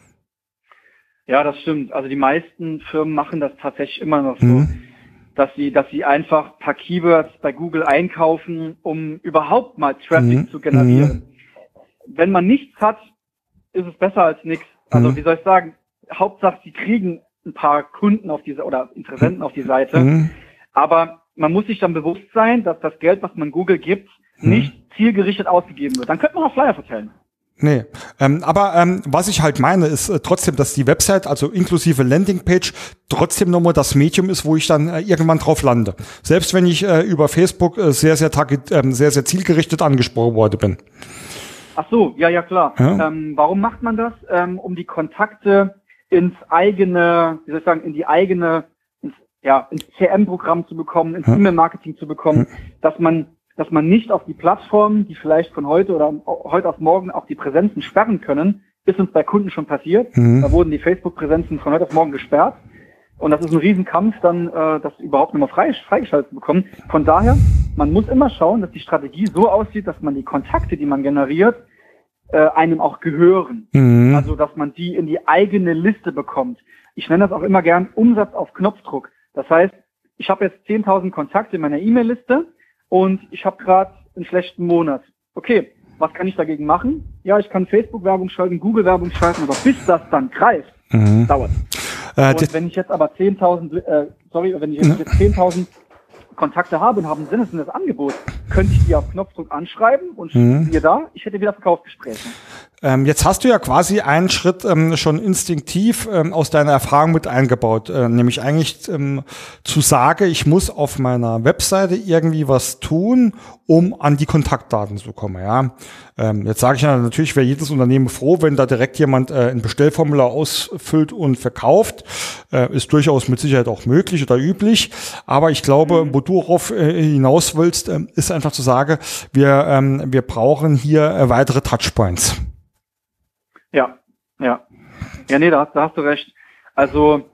Ja, das stimmt. Also die meisten Firmen machen das tatsächlich immer noch so. Mhm. dass sie, dass sie einfach ein paar Keywords bei Google einkaufen, um überhaupt mal Traffic mhm. zu generieren. Mhm. Wenn man nichts hat, ist es besser als nichts. Also mhm. wie soll ich sagen, Hauptsache sie kriegen ein paar Kunden auf diese oder Interessenten auf die Seite, mhm. aber man muss sich dann bewusst sein, dass das Geld, was man Google gibt, mhm. nicht zielgerichtet ausgegeben wird. Dann könnte man auch Flyer verteilen. Nee, ähm, aber ähm, was ich halt meine, ist äh, trotzdem, dass die Website, also inklusive Landingpage, trotzdem nochmal das Medium ist, wo ich dann äh, irgendwann drauf lande. Selbst wenn ich äh, über Facebook äh, sehr, sehr, target, äh, sehr, sehr zielgerichtet angesprochen worden bin. Ach so, ja, ja, klar. Ja? Ähm, warum macht man das? Ähm, um die Kontakte ins eigene, wie soll ich sagen, in die eigene, ins, ja, ins C R M-Programm zu bekommen, ins ja. E-Mail-Marketing zu bekommen, ja. dass man dass man nicht auf die Plattformen, die vielleicht von heute oder heute auf morgen auch die Präsenzen sperren können, ist uns bei Kunden schon passiert. Mhm. Da wurden die Facebook-Präsenzen von heute auf morgen gesperrt. Und das ist ein Riesenkampf, dann äh, das überhaupt nochmal frei, freigeschaltet zu bekommen. Von daher, man muss immer schauen, dass die Strategie so aussieht, dass man die Kontakte, die man generiert, äh, einem auch gehören. Mhm. Also, dass man die in die eigene Liste bekommt. Ich nenne das auch immer gern Umsatz auf Knopfdruck. Das heißt, ich habe jetzt zehntausend Kontakte in meiner E-Mail-Liste, und ich habe gerade einen schlechten Monat. Okay, was kann ich dagegen machen? Ja, ich kann Facebook-Werbung schalten, Google-Werbung schalten, aber bis das dann greift, mhm. dauert. Äh, und wenn ich jetzt aber zehntausend, äh, sorry, wenn ich jetzt, jetzt zehntausend Kontakte habe und habe ein sinnessinnes Angebot, könnte ich die auf Knopfdruck anschreiben und mhm. siehe da, ich hätte wieder Verkaufsgespräche. Ähm, jetzt hast du ja quasi einen Schritt ähm, schon instinktiv ähm, aus deiner Erfahrung mit eingebaut, äh, nämlich eigentlich ähm, zu sagen, ich muss auf meiner Webseite irgendwie was tun, um an die Kontaktdaten zu kommen. Ja, ähm, jetzt sage ich ja natürlich, wäre jedes Unternehmen froh, wenn da direkt jemand äh, ein Bestellformular ausfüllt und verkauft. Äh, ist durchaus mit Sicherheit auch möglich oder üblich. Aber ich glaube, wo du darauf äh, hinaus willst, äh, ist einfach zu sagen, wir ähm, wir brauchen hier äh, weitere Touchpoints. Ja, ja. Ja, nee, da hast, da hast du recht. Also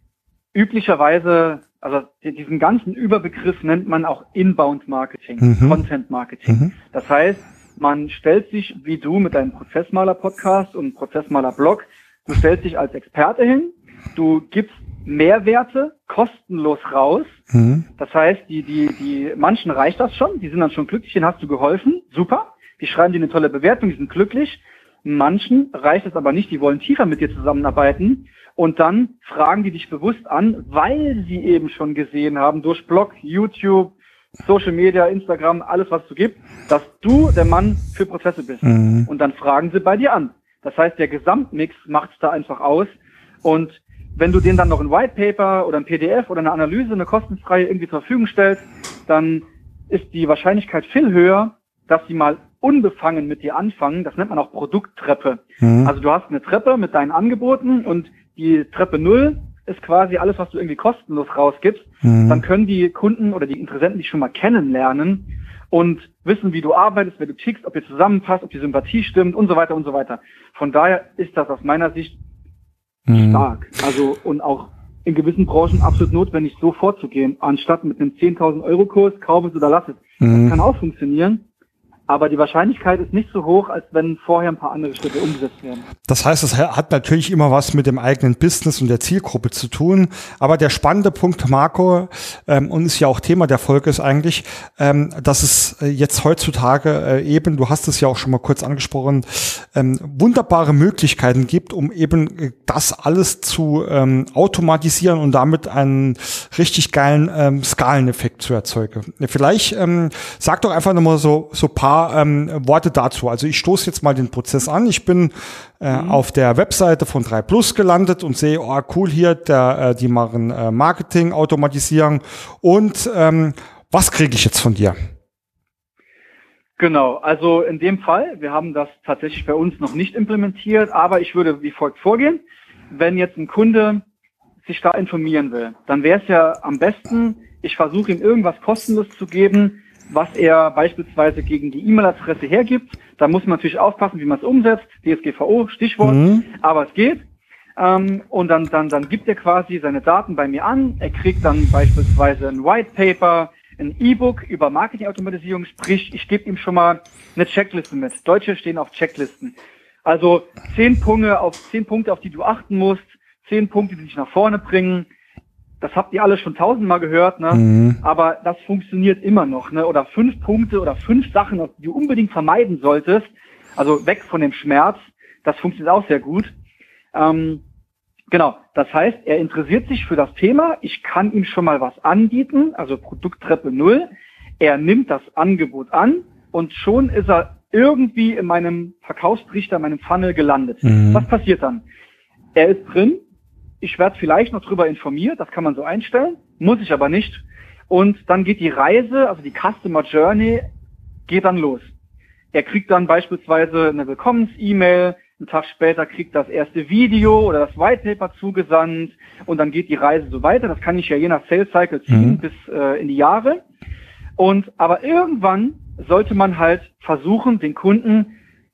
üblicherweise, also diesen ganzen Überbegriff nennt man auch Inbound-Marketing, mhm. Content-Marketing. Mhm. Das heißt, man stellt sich, wie du mit deinem Prozessmaler-Podcast und Prozessmaler-Blog, du stellst dich als Experte hin, du gibst Mehrwerte kostenlos raus. Mhm. Das heißt, die, die, die, manchen reicht das schon, die sind dann schon glücklich, denen hast du geholfen, super. Die schreiben dir eine tolle Bewertung, die sind glücklich. Manchen reicht es aber nicht, die wollen tiefer mit dir zusammenarbeiten und dann fragen die dich bewusst an, weil sie eben schon gesehen haben, durch Blog, YouTube, Social Media, Instagram, alles was es so gibt, dass du der Mann für Prozesse bist. Mhm. Und dann fragen sie bei dir an. Das heißt, der Gesamtmix macht es da einfach aus und wenn du denen dann noch ein White Paper oder ein P D F oder eine Analyse, eine kostenfreie irgendwie zur Verfügung stellst, dann ist die Wahrscheinlichkeit viel höher, dass sie mal unbefangen mit dir anfangen. Das nennt man auch Produkttreppe. Mhm. Also du hast eine Treppe mit deinen Angeboten und die Treppe null ist quasi alles, was du irgendwie kostenlos rausgibst. Mhm. Dann können die Kunden oder die Interessenten dich schon mal kennenlernen und wissen, wie du arbeitest, wer du tickst, ob ihr zusammenpasst, ob die Sympathie stimmt und so weiter und so weiter. Von daher ist das aus meiner Sicht mhm. stark. Also und auch in gewissen Branchen absolut notwendig, so vorzugehen, anstatt mit einem zehntausend Euro Kurs, kauf es oder lass es. Mhm. Das kann auch funktionieren. Aber die Wahrscheinlichkeit ist nicht so hoch, als wenn vorher ein paar andere Schritte umgesetzt werden. Das heißt, es hat natürlich immer was mit dem eigenen Business und der Zielgruppe zu tun. Aber der spannende Punkt, Marco, ähm, und ist ja auch Thema der Folge, ist eigentlich, ähm, dass es jetzt heutzutage äh, eben, du hast es ja auch schon mal kurz angesprochen, ähm, wunderbare Möglichkeiten gibt, um eben das alles zu ähm, automatisieren und damit einen richtig geilen ähm, Skaleneffekt zu erzeugen. Vielleicht ähm, sag doch einfach nochmal so so paar Ähm, Worte dazu. Also ich stoße jetzt mal den Prozess an. Ich bin äh, mhm. auf der Webseite von drei Plus gelandet und sehe, oh cool hier, der, äh, die machen äh, Marketing, Automatisierung und ähm, was kriege ich jetzt von dir? Genau, also in dem Fall, wir haben das tatsächlich bei uns noch nicht implementiert, aber ich würde wie folgt vorgehen. Wenn jetzt ein Kunde sich da informieren will, dann wäre es ja am besten, ich versuche ihm irgendwas kostenlos zu geben, was er beispielsweise gegen die E-Mail-Adresse hergibt. Da muss man natürlich aufpassen, wie man es umsetzt. D S G V O, Stichwort. Mhm. Aber es geht. Ähm, und dann, dann, dann gibt er quasi seine Daten bei mir an. Er kriegt dann beispielsweise ein White Paper, ein E-Book über Marketingautomatisierung. Sprich, ich gebe ihm schon mal eine Checkliste mit. Deutsche stehen auf Checklisten. Also zehn Punkte, auf, zehn Punkte, auf die du achten musst. Zehn Punkte, die dich nach vorne bringen. Das habt ihr alle schon tausendmal gehört, ne? Mhm. Aber das funktioniert immer noch, ne? Oder fünf Punkte oder fünf Sachen, die du unbedingt vermeiden solltest. Also weg von dem Schmerz. Das funktioniert auch sehr gut. Ähm, genau. Das heißt, er interessiert sich für das Thema. Ich kann ihm schon mal was anbieten. Also Produkttreppe null. Er nimmt das Angebot an und schon ist er irgendwie in meinem Verkaufstrichter, in meinem Funnel gelandet. Mhm. Was passiert dann? Er ist drin. Ich werde vielleicht noch drüber informiert, das kann man so einstellen, muss ich aber nicht. Und dann geht die Reise, also die Customer Journey, geht dann los. Er kriegt dann beispielsweise eine Willkommens-E-Mail, einen Tag später kriegt das erste Video oder das White Paper zugesandt und dann geht die Reise so weiter. Das kann ich ja je nach Sales Cycle ziehen mhm. bis äh, in die Jahre. Und aber irgendwann sollte man halt versuchen, den Kunden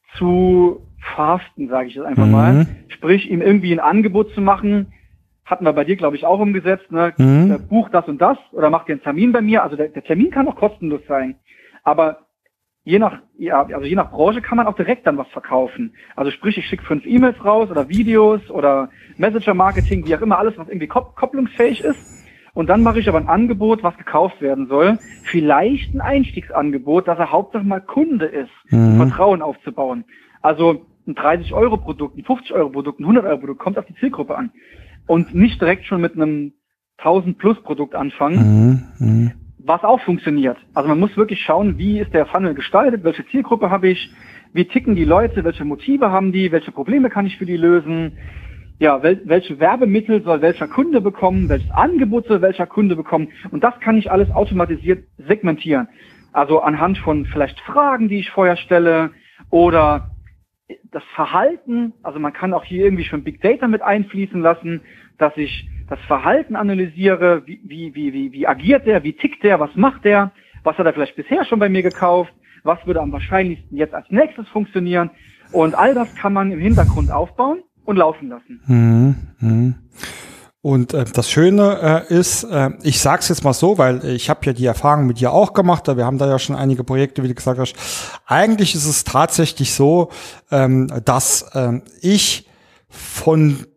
zu fasten, sage ich jetzt einfach mhm. mal. Sprich, ihm irgendwie ein Angebot zu machen. Hatten wir bei dir, glaube ich, auch umgesetzt. Ne? Mhm. Buch das und das oder mach dir einen Termin bei mir. Also der, der Termin kann auch kostenlos sein. Aber je nach, ja, also je nach Branche kann man auch direkt dann was verkaufen. Also sprich, ich schicke fünf E-Mails raus oder Videos oder Messenger-Marketing, wie auch immer, alles, was irgendwie kopp- kopplungsfähig ist. Und dann mache ich aber ein Angebot, was gekauft werden soll. Vielleicht ein Einstiegsangebot, dass er Hauptsache mal Kunde ist, mhm. Vertrauen aufzubauen. Also ein dreißig Euro Produkt, ein fünfzig Euro Produkt, ein hundert Euro Produkt, kommt auf die Zielgruppe an. Und nicht direkt schon mit einem tausend plus Produkt anfangen, mhm. was auch funktioniert. Also man muss wirklich schauen, wie ist der Funnel gestaltet, welche Zielgruppe habe ich, wie ticken die Leute, welche Motive haben die, welche Probleme kann ich für die lösen, ja, wel, welche Werbemittel soll welcher Kunde bekommen, welches Angebot soll welcher Kunde bekommen, und das kann ich alles automatisiert segmentieren. Also anhand von vielleicht Fragen, die ich vorher stelle, oder das Verhalten, also man kann auch hier irgendwie schon Big Data mit einfließen lassen, dass ich das Verhalten analysiere, wie, wie, wie, wie, wie agiert der, wie tickt der, was macht der, was hat er vielleicht bisher schon bei mir gekauft, was würde am wahrscheinlichsten jetzt als nächstes funktionieren, und all das kann man im Hintergrund aufbauen und laufen lassen. Mhm. Mhm. Und äh, das Schöne äh, ist, äh, ich sag's jetzt mal so, weil ich habe ja die Erfahrung mit dir auch gemacht, wir haben da ja schon einige Projekte, wie du gesagt hast. Eigentlich ist es tatsächlich so, ähm, dass ähm, ich von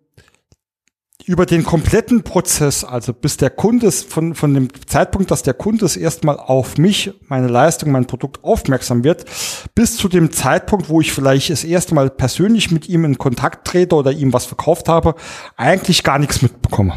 über den kompletten Prozess, also bis der Kunde von von dem Zeitpunkt, dass der Kunde erstmal auf mich, meine Leistung, mein Produkt aufmerksam wird, bis zu dem Zeitpunkt, wo ich vielleicht das erste Mal persönlich mit ihm in Kontakt trete oder ihm was verkauft habe, eigentlich gar nichts mitbekomme.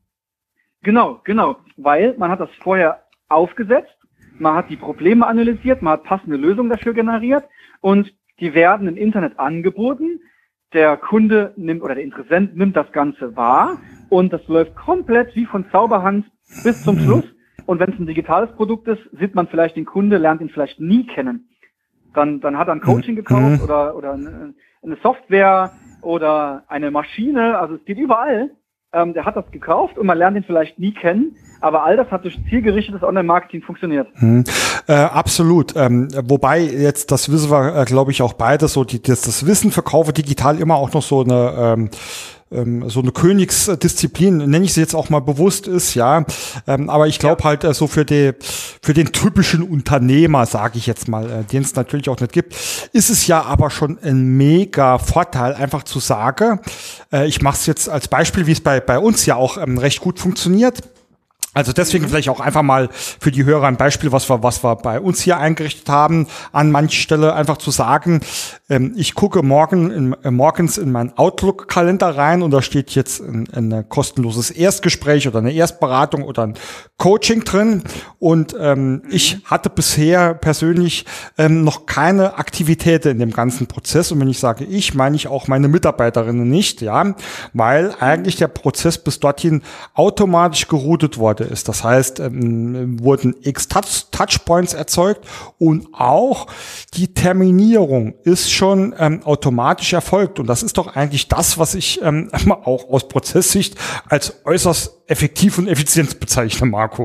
Genau, genau, weil man hat das vorher aufgesetzt, man hat die Probleme analysiert, man hat passende Lösungen dafür generiert, und die werden im Internet angeboten. Der Kunde nimmt oder der Interessent nimmt das Ganze wahr, und das läuft komplett wie von Zauberhand bis zum Schluss. Und wenn es ein digitales Produkt ist, sieht man vielleicht den Kunde, lernt ihn vielleicht nie kennen. Dann, dann hat er ein Coaching gekauft oder, oder eine, eine Software oder eine Maschine. Also es geht überall. Ähm, der hat das gekauft und man lernt ihn vielleicht nie kennen. Aber all das hat durch zielgerichtetes Online-Marketing funktioniert. Hm, äh, absolut. Ähm, wobei jetzt, das wissen wir, äh, glaube ich, auch beide, so die, das, das Wissen verkaufe digital immer auch noch so eine ähm, ähm, so eine Königsdisziplin, nenne ich sie jetzt auch mal bewusst ist, ja. Ähm, aber ich glaube ja. halt äh, so für die für den typischen Unternehmer, sage ich jetzt mal, äh, den es natürlich auch nicht gibt, ist es ja aber schon ein mega Vorteil, einfach zu sagen, äh, ich mache es jetzt als Beispiel, wie es bei bei uns ja auch ähm, recht gut funktioniert. Also deswegen vielleicht auch einfach mal für die Hörer ein Beispiel, was wir, was wir bei uns hier eingerichtet haben, an mancher Stelle einfach zu sagen, ähm, ich gucke morgen in, äh, morgens in meinen Outlook-Kalender rein, und da steht jetzt ein, ein kostenloses Erstgespräch oder eine Erstberatung oder ein Coaching drin, und ähm, ich hatte bisher persönlich ähm, noch keine Aktivität in dem ganzen Prozess, und wenn ich sage ich, meine ich auch meine Mitarbeiterinnen nicht, ja, weil eigentlich der Prozess bis dorthin automatisch geroutet wurde ist. Das heißt, ähm, wurden x Touchpoints erzeugt, und auch die Terminierung ist schon ähm, automatisch erfolgt. Und das ist doch eigentlich das, was ich ähm, auch aus Prozesssicht als äußerst effektiv und effizient bezeichne, Marco.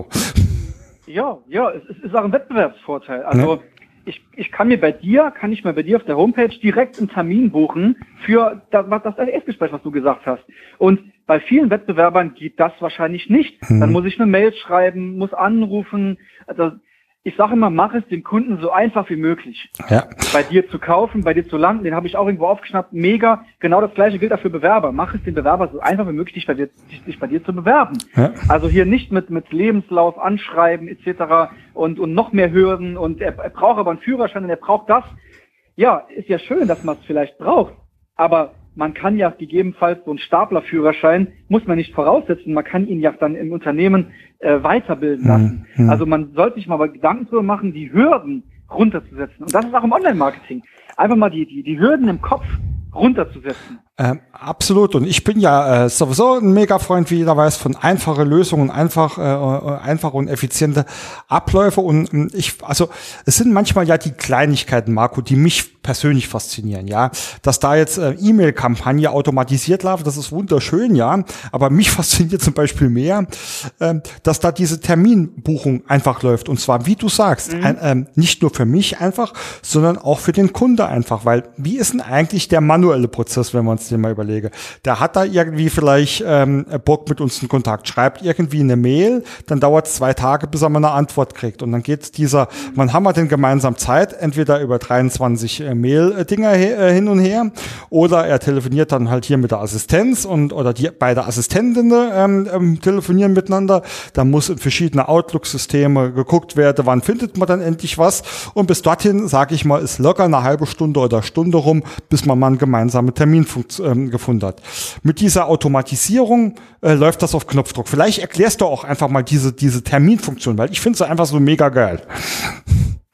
Ja, ja, es ist auch ein Wettbewerbsvorteil. Also ja. ich, ich kann mir bei dir, kann ich mir bei dir auf der Homepage direkt einen Termin buchen für das, das Erstgespräch, was du gesagt hast. Und bei vielen Wettbewerbern geht das wahrscheinlich nicht. Hm. Dann muss ich eine Mail schreiben, muss anrufen. Also ich sage immer, mach es dem Kunden so einfach wie möglich. Ja. Bei dir zu kaufen, bei dir zu landen, den habe ich auch irgendwo aufgeschnappt. Mega. Genau das Gleiche gilt auch für Bewerber. Mach es dem Bewerber so einfach wie möglich, dich bei dir, dich bei dir zu bewerben. Ja. Also hier nicht mit mit Lebenslauf, Anschreiben et cetera und und noch mehr Hürden, und er, er braucht aber einen Führerschein und er braucht das. Ja, ist ja schön, dass man es vielleicht braucht, aber man kann ja gegebenenfalls so einen Staplerführerschein, muss man nicht voraussetzen, man kann ihn ja dann im Unternehmen äh, weiterbilden lassen. Mhm. Also man sollte sich mal Gedanken darüber machen, die Hürden runterzusetzen. Und das ist auch im Online-Marketing. Einfach mal die, die, die Hürden im Kopf runterzusetzen. Ähm, absolut. Und ich bin ja äh, sowieso ein Mega-Freund, wie jeder weiß, von einfache Lösungen, einfach, äh, einfache und effiziente Abläufe. Und ähm, ich, also es sind manchmal ja die Kleinigkeiten, Marco, die mich persönlich faszinieren. Ja, dass da jetzt äh, E-Mail-Kampagne automatisiert läuft, das ist wunderschön, ja. Aber mich fasziniert zum Beispiel mehr, äh, dass da diese Terminbuchung einfach läuft. Und zwar, wie du sagst, mhm. ein, ähm, nicht nur für mich einfach, sondern auch für den Kunde einfach. Weil wie ist denn eigentlich der manuelle Prozess, wenn man es dir mal überlege? Der hat da irgendwie vielleicht ähm, Bock mit uns in Kontakt, schreibt irgendwie eine Mail, dann dauert es zwei Tage, bis er mal eine Antwort kriegt. Und dann geht dieser, wann haben wir denn gemeinsam Zeit? Entweder über dreiundzwanzig äh, Mail-Dinger äh, hin und her, oder er telefoniert dann halt hier mit der Assistenz und oder die beide Assistentinnen ähm, ähm, telefonieren miteinander. Da muss in verschiedene Outlook-Systeme geguckt werden, wann findet man dann endlich was. Und bis dorthin, sage ich mal, ist locker eine halbe Stunde oder Stunde rum, bis man mal einen gemeinsamen Termin ähm, gefunden hat. Mit dieser Automatisierung äh, läuft das auf Knopfdruck. Vielleicht erklärst du auch einfach mal diese diese Terminfunktion, weil ich finde es einfach so mega geil.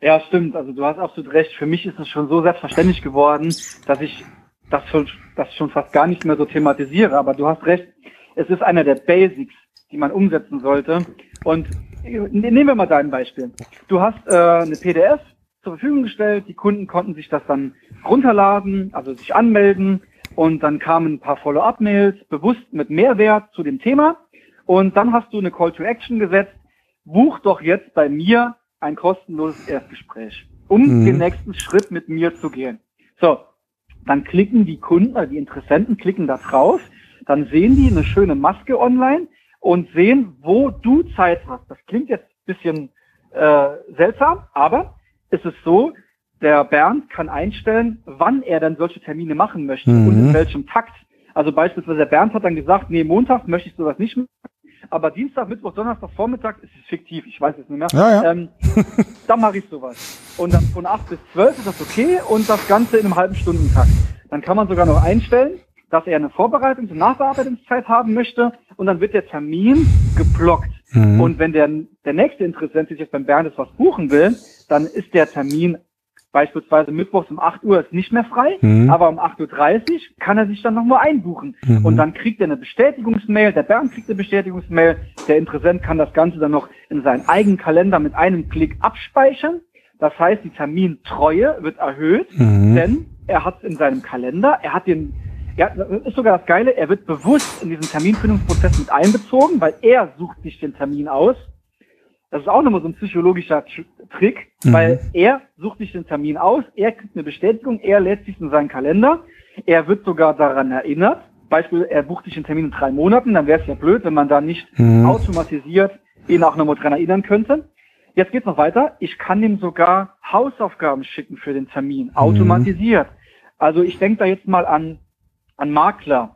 Ja, stimmt. Also du hast absolut recht. Für mich ist es schon so selbstverständlich geworden, dass ich das schon, das schon fast gar nicht mehr so thematisiere. Aber du hast recht. Es ist einer der Basics, die man umsetzen sollte. Und nehmen wir mal dein Beispiel. Du hast äh, eine P D F zur Verfügung gestellt. Die Kunden konnten sich das dann runterladen, also sich anmelden. Und dann kamen ein paar Follow-up-Mails, bewusst mit Mehrwert zu dem Thema. Und dann hast du eine Call to Action gesetzt. Buch doch jetzt bei mir ein kostenloses Erstgespräch, um mhm. den nächsten Schritt mit mir zu gehen. So, dann klicken die Kunden, also die Interessenten klicken da drauf, dann sehen die eine schöne Maske online und sehen, wo du Zeit hast. Das klingt jetzt ein bisschen äh, seltsam, aber es ist so, der Bernd kann einstellen, wann er dann solche Termine machen möchte mhm. und in welchem Takt. Also beispielsweise der Bernd hat dann gesagt, nee, Montag möchte ich sowas nicht machen. Aber Dienstag, Mittwoch, Donnerstag, Vormittag ist es fiktiv, ich weiß es nicht mehr. Ja, ja. Ähm, da mache ich sowas. Und dann von acht bis zwölf ist das okay und das Ganze in einem halben Stundentakt. Dann kann man sogar noch einstellen, dass er eine Vorbereitungs- und Nachbearbeitungszeit haben möchte und dann wird der Termin geblockt. Mhm. Und wenn der, der nächste Interessent sich jetzt beim Bernd jetzt was buchen will, dann ist der Termin beispielsweise mittwochs um acht Uhr ist nicht mehr frei, mhm. aber um acht Uhr dreißig kann er sich dann nochmal einbuchen. Mhm. Und dann kriegt er eine Bestätigungsmail, der Bernd kriegt eine Bestätigungsmail, der Interessent kann das Ganze dann noch in seinen eigenen Kalender mit einem Klick abspeichern. Das heißt, die Termintreue wird erhöht, mhm. denn er hat es in seinem Kalender, er hat den, ja, das ist sogar das Geile, er wird bewusst in diesen Terminfindungsprozess mit einbezogen, weil er sucht sich den Termin aus. Das ist auch nochmal so ein psychologischer Trick, mhm. weil er sucht sich den Termin aus, er kriegt eine Bestätigung, er lädt sich in seinen Kalender, er wird sogar daran erinnert. Beispiel, er bucht sich den Termin in drei Monaten, dann wäre es ja blöd, wenn man da nicht mhm. automatisiert ihn auch nochmal dran erinnern könnte. Jetzt geht's noch weiter. Ich kann ihm sogar Hausaufgaben schicken für den Termin, automatisiert. Mhm. Also ich denke da jetzt mal an, an Makler.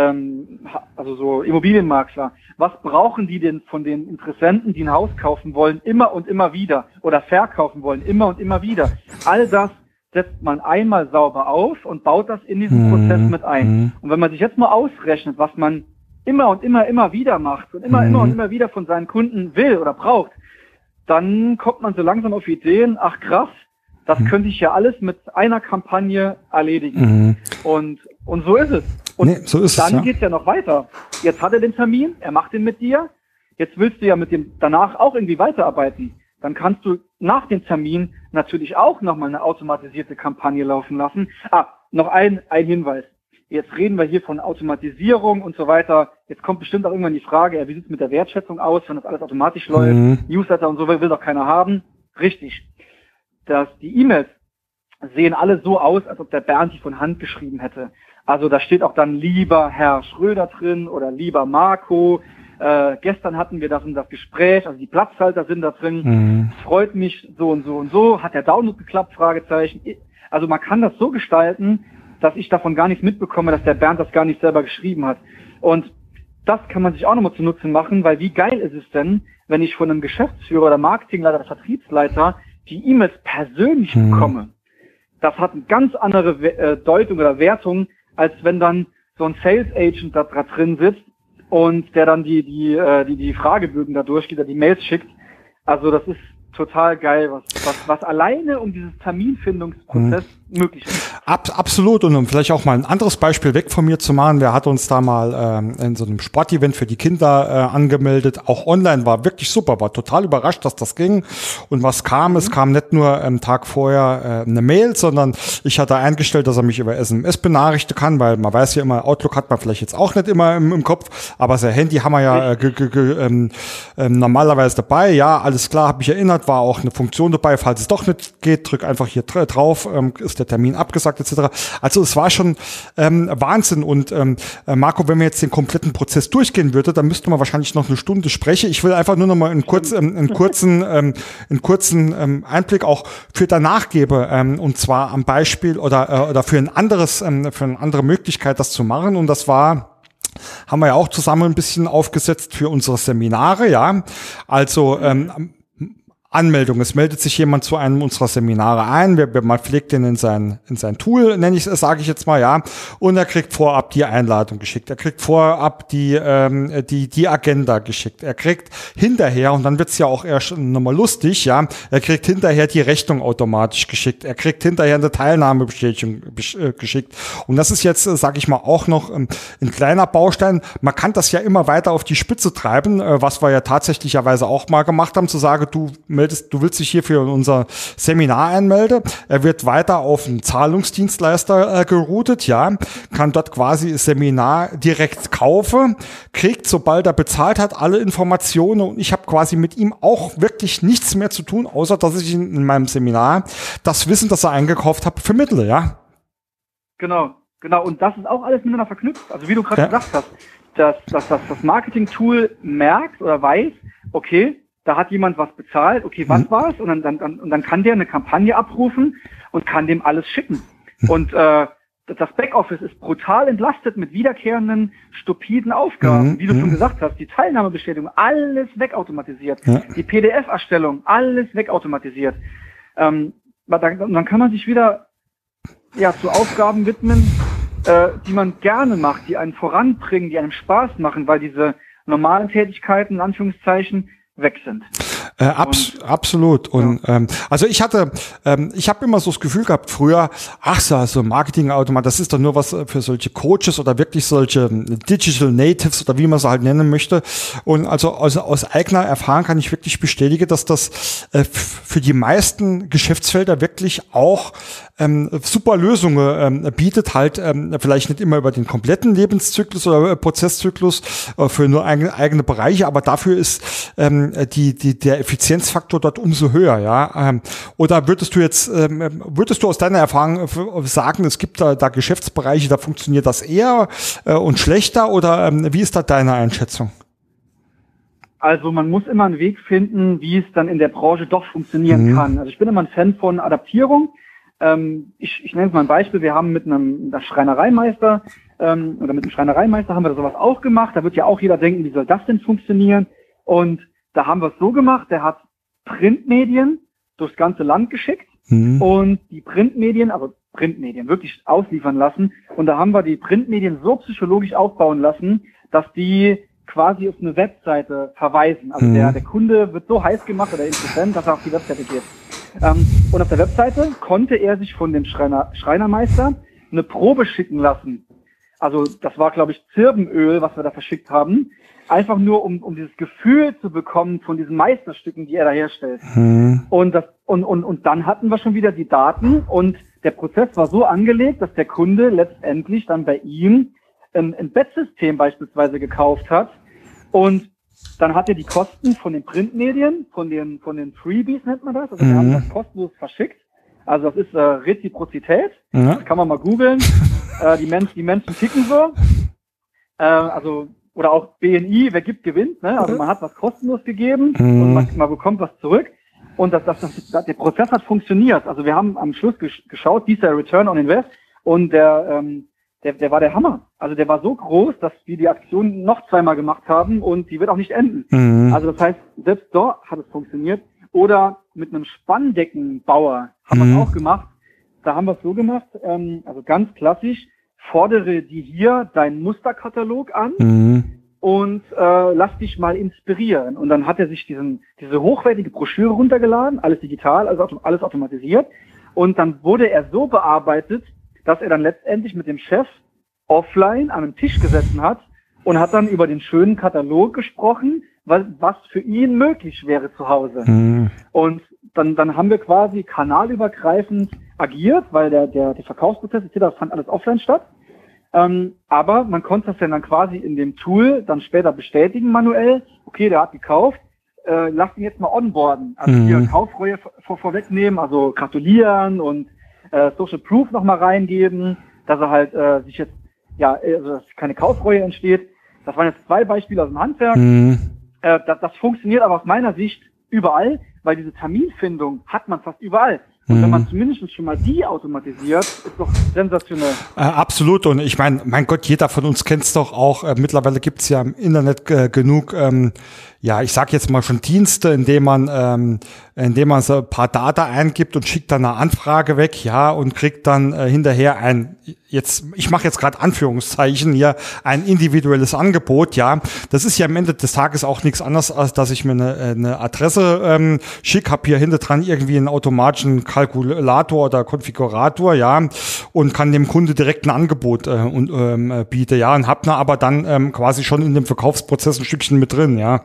Also so Immobilienmakler, was brauchen die denn von den Interessenten, die ein Haus kaufen wollen, immer und immer wieder oder verkaufen wollen, immer und immer wieder. All das setzt man einmal sauber auf und baut das in diesen mhm. Prozess mit ein. Und wenn man sich jetzt mal ausrechnet, was man immer und immer, immer wieder macht und immer, mhm. immer und immer wieder von seinen Kunden will oder braucht, dann kommt man so langsam auf Ideen, ach krass, das mhm. könnte ich ja alles mit einer Kampagne erledigen. Mhm. Und, und so ist es. Und nee, so ist dann es, ja. geht's ja noch weiter. Jetzt hat er den Termin, er macht den mit dir. Jetzt willst du ja mit dem danach auch irgendwie weiterarbeiten. Dann kannst du nach dem Termin natürlich auch nochmal eine automatisierte Kampagne laufen lassen. Ah, noch ein, ein Hinweis. Jetzt reden wir hier von Automatisierung und so weiter. Jetzt kommt bestimmt auch irgendwann die Frage, ja, wie sieht's mit der Wertschätzung aus, wenn das alles automatisch läuft? Mhm. Newsletter und so will doch keiner haben. Richtig. Dass die E-Mails sehen alle so aus, als ob der Bernd die von Hand geschrieben hätte. Also da steht auch dann lieber Herr Schröder drin oder lieber Marco. Äh, gestern hatten wir das und das Gespräch, also die Platzhalter sind da drin. Mhm. Freut mich so und so und so. Hat der Download geklappt? Fragezeichen. Also man kann das so gestalten, dass ich davon gar nichts mitbekomme, dass der Bernd das gar nicht selber geschrieben hat. Und das kann man sich auch nochmal zunutze machen, weil wie geil ist es denn, wenn ich von einem Geschäftsführer oder Marketingleiter oder Vertriebsleiter die E-Mails persönlich mhm. bekomme. Das hat eine ganz andere äh, Deutung oder Wertung, als wenn dann so ein Sales Agent da drin sitzt und der dann die die äh, die die Fragebögen da durchgeht, oder die Mails schickt. Also das ist total geil, was was was alleine um dieses Terminfindungsprozess hm. möglich ist. Ab, absolut. Und um vielleicht auch mal ein anderes Beispiel weg von mir zu machen, wer hat uns da mal ähm, in so einem Sportevent für die Kinder äh, angemeldet, auch online, war wirklich super, war total überrascht, dass das ging. Und was kam, mhm. es kam nicht nur am Tag vorher äh, eine Mail, sondern ich hatte eingestellt, dass er mich über S M S benachrichtigen kann, weil man weiß ja immer, Outlook hat man vielleicht jetzt auch nicht immer im, im Kopf, aber sein Handy haben wir ja äh, g- g- g- ähm, äh, normalerweise dabei. Ja, alles klar, habe mich erinnert, war auch eine Funktion dabei, falls es doch nicht geht, drück einfach hier drauf, ähm, ist der Termin abgesagt et cetera. Also es war schon ähm, Wahnsinn. Und ähm, Marco, wenn wir jetzt den kompletten Prozess durchgehen würde, dann müsste man wahrscheinlich noch eine Stunde sprechen. Ich will einfach nur noch mal einen, kurz, ähm, einen kurzen, ähm, einen kurzen ähm, Einblick auch für danach geben, ähm, und zwar am Beispiel oder äh, oder für ein anderes, ähm, für eine andere Möglichkeit, das zu machen. Und das war, haben wir ja auch zusammen ein bisschen aufgesetzt für unsere Seminare, ja. Also ähm, Anmeldung. Es meldet sich jemand zu einem unserer Seminare ein, wir, wir, man pflegt den in sein, in sein Tool, nenne ich es, sage ich jetzt mal, ja, und er kriegt vorab die Einladung geschickt, er kriegt vorab die, ähm, die, die Agenda geschickt, er kriegt hinterher, und dann wird's ja auch erst nochmal lustig, ja, er kriegt hinterher die Rechnung automatisch geschickt, er kriegt hinterher eine Teilnahmebestätigung äh, geschickt, und das ist jetzt, äh, sage ich mal, auch noch ähm, ein kleiner Baustein. Man kann das ja immer weiter auf die Spitze treiben, äh, was wir ja tatsächlicherweise auch mal gemacht haben, zu sagen, du meldest, du willst dich hier für unser Seminar einmelden. Er wird weiter auf einen Zahlungsdienstleister äh, geroutet, ja, kann dort quasi das Seminar direkt kaufen, kriegt, sobald er bezahlt hat, alle Informationen, und ich habe quasi mit ihm auch wirklich nichts mehr zu tun, außer dass ich in, in meinem Seminar das Wissen, das er eingekauft hat, vermittle, ja. Genau, genau. Und das ist auch alles miteinander verknüpft. Also wie du gerade ja. gesagt hast, dass, dass, dass das Marketing-Tool merkt oder weiß, okay, da hat jemand was bezahlt, okay, was mhm. war es? Und dann, dann, dann, und dann kann der eine Kampagne abrufen und kann dem alles schicken. Mhm. Und äh, das Backoffice ist brutal entlastet mit wiederkehrenden, stupiden Aufgaben. Mhm. Wie du schon gesagt hast, die Teilnahmebestätigung, alles wegautomatisiert. Ja. Die P D F-Erstellung, alles wegautomatisiert. Ähm, dann, dann kann man sich wieder ja zu Aufgaben widmen, äh, die man gerne macht, die einen voranbringen, die einem Spaß machen, weil diese normalen Tätigkeiten, in Anführungszeichen, weg sind. Äh, abs- und, absolut. Und ja. ähm, also ich hatte, ähm, ich habe immer so das Gefühl gehabt früher, ach so, so Marketing-Automat, das ist doch nur was für solche Coaches oder wirklich solche Digital Natives oder wie man es halt nennen möchte. Und also aus, aus eigener Erfahrung kann ich wirklich bestätigen, dass das äh, f- für die meisten Geschäftsfelder wirklich auch ähm, super Lösungen ähm, bietet, halt ähm, vielleicht nicht immer über den kompletten Lebenszyklus oder äh, Prozesszyklus äh, für nur eigene, eigene Bereiche, aber dafür ist ähm, die, die, der Effizienzfaktor dort umso höher, ja. Ähm, oder würdest du jetzt, ähm, würdest du aus deiner Erfahrung sagen, es gibt da, da Geschäftsbereiche, da funktioniert das eher äh, und schlechter, oder ähm, wie ist da deine Einschätzung? Also man muss immer einen Weg finden, wie es dann in der Branche doch funktionieren mhm. kann. Also ich bin immer ein Fan von Adaptierung. Ähm, ich, ich nenne es mal ein Beispiel. Wir haben mit einem das Schreinereimeister ähm, oder mit einem Schreinereimeister haben wir sowas auch gemacht. Da wird ja auch jeder denken, wie soll das denn funktionieren? Und da haben wir es so gemacht, der hat Printmedien durchs ganze Land geschickt mhm. und die Printmedien, also Printmedien wirklich ausliefern lassen. Und da haben wir die Printmedien so psychologisch aufbauen lassen, dass die quasi auf eine Webseite verweisen. Also mhm. der, der Kunde wird so heiß gemacht oder interessant, dass er auf die Webseite geht. Ähm, und auf der Webseite konnte er sich von dem Schreiner, Schreinermeister eine Probe schicken lassen. Also das war, glaube ich, Zirbenöl, was wir da verschickt haben. Einfach nur, um, um dieses Gefühl zu bekommen von diesen Meisterstücken, die er da herstellt. Mhm. Und, das, und, und, und dann hatten wir schon wieder die Daten, und der Prozess war so angelegt, dass der Kunde letztendlich dann bei ihm ein, ein Bettsystem beispielsweise gekauft hat. Und dann hat er die Kosten von den Printmedien, von den, von den Freebies nennt man das. Also wir mhm. haben das kostenlos verschickt. Also das ist äh, Reziprozität. Mhm. Das kann man mal googeln. äh, die, Menschen, die Menschen ticken so. Äh, also Oder auch B N I, wer gibt, gewinnt. Ne? Also man hat was kostenlos gegeben mhm. und man, man bekommt was zurück. Und das, das, das, der Prozess hat funktioniert. Also wir haben am Schluss gesch- geschaut, dieser Return on Invest, und der, ähm, der, der war der Hammer. Also der war so groß, dass wir die Aktion noch zweimal gemacht haben, und die wird auch nicht enden. Mhm. Also das heißt, selbst dort hat es funktioniert. Oder mit einem Spanndeckenbauer haben mhm. wir es auch gemacht. Da haben wir es so gemacht, ähm, also ganz klassisch, fordere dir hier deinen Musterkatalog an mhm. und äh, lass dich mal inspirieren. Und dann hat er sich diesen diese hochwertige Broschüre runtergeladen, alles digital, also alles automatisiert. Und dann wurde er so bearbeitet, dass er dann letztendlich mit dem Chef offline an einem Tisch gesessen hat und hat dann über den schönen Katalog gesprochen, was, was für ihn möglich wäre zu Hause. Mhm. Und dann, dann haben wir quasi kanalübergreifend agiert, weil der, der, der Verkaufsprozess, das fand alles offline statt. Ähm, aber man konnte das dann quasi in dem Tool dann später bestätigen manuell. Okay, der hat gekauft, äh, lass ihn jetzt mal onboarden. Also mhm. hier Kaufreue vor, vorwegnehmen, also gratulieren und äh, Social Proof nochmal reingeben, dass er halt äh, sich jetzt, ja, also dass keine Kaufreue entsteht. Das waren jetzt zwei Beispiele aus dem Handwerk. Mhm. Äh, das, das funktioniert aber aus meiner Sicht überall, weil diese Terminfindung hat man fast überall. Und wenn man zumindest schon mal die automatisiert, ist doch sensationell. Äh, absolut. Und ich meine, mein Gott, jeder von uns kennt es doch auch. Äh, mittlerweile gibt es ja im Internet äh, genug ähm, ja, ich sag jetzt mal schon Dienste, indem man, ähm, indem man so ein paar Daten eingibt und schickt dann eine Anfrage weg, ja, und kriegt dann äh, hinterher ein, jetzt, ich mache jetzt gerade Anführungszeichen hier, ein individuelles Angebot, ja. Das ist ja am Ende des Tages auch nichts anderes, als dass ich mir eine, eine Adresse ähm, schicke, habe hier hinter dran irgendwie einen automatischen Kalkulator oder Konfigurator, ja, und kann dem Kunde direkt ein Angebot äh, und ähm, biete, ja, und hab ne aber dann ähm, quasi schon in dem Verkaufsprozess ein Stückchen mit drin, ja.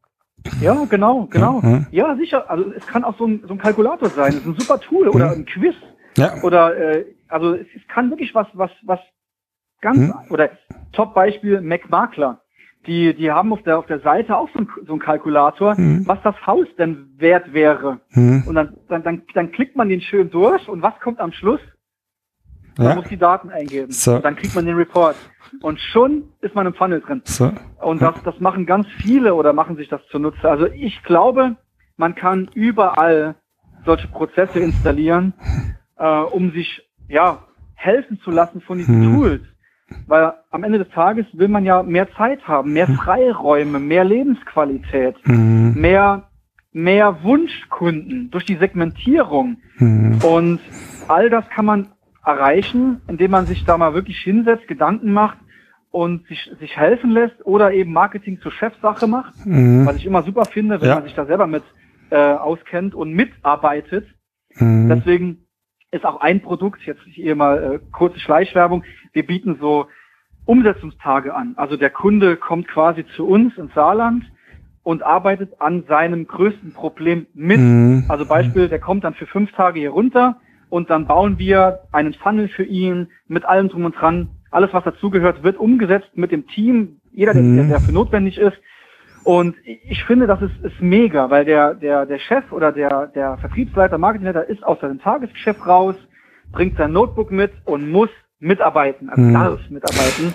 Ja, genau, genau. Ja, ja sicher. Also es kann auch so ein, so ein Kalkulator sein. Es ist ein super Tool oder ein Quiz. Ja. Oder äh, also es, es kann wirklich was, was, was ganz hm. oder Top-Beispiel MacMakler. Die, die haben auf der auf der Seite auch so ein, so ein Kalkulator, hm. was das Haus denn wert wäre. Hm. Und dann, dann, dann, dann klickt man den schön durch und was kommt am Schluss? Man ja. muss die Daten eingeben. So. Und dann kriegt man den Report. Und schon ist man im Funnel drin. So. Und das, das machen ganz viele oder machen sich das zunutze. Also ich glaube, man kann überall solche Prozesse installieren, äh, um sich ja helfen zu lassen von diesen hm. Tools. Weil am Ende des Tages will man ja mehr Zeit haben, mehr Freiräume, mehr Lebensqualität, hm. mehr, mehr Wunschkunden durch die Segmentierung. Hm. Und all das kann man erreichen, indem man sich da mal wirklich hinsetzt, Gedanken macht und sich, sich helfen lässt oder eben Marketing zur Chefsache macht, mhm. was ich immer super finde, wenn ja. man sich da selber mit äh, auskennt und mitarbeitet. Mhm. Deswegen ist auch ein Produkt, jetzt hier mal äh, kurze Schleichwerbung, wir bieten so Umsetzungstage an. Also der Kunde kommt quasi zu uns ins Saarland und arbeitet an seinem größten Problem mit. Mhm. Also Beispiel, der kommt dann für fünf Tage hier runter, und dann bauen wir einen Funnel für ihn mit allem drum und dran. Alles, was dazugehört, wird umgesetzt mit dem Team. Jeder, der, der dafür notwendig ist. Und ich finde, das ist, ist mega, weil der, der, der Chef oder der, der Vertriebsleiter, Marketingleiter ist aus seinem Tagesgeschäft raus, bringt sein Notebook mit und muss mitarbeiten, also darf mitarbeiten.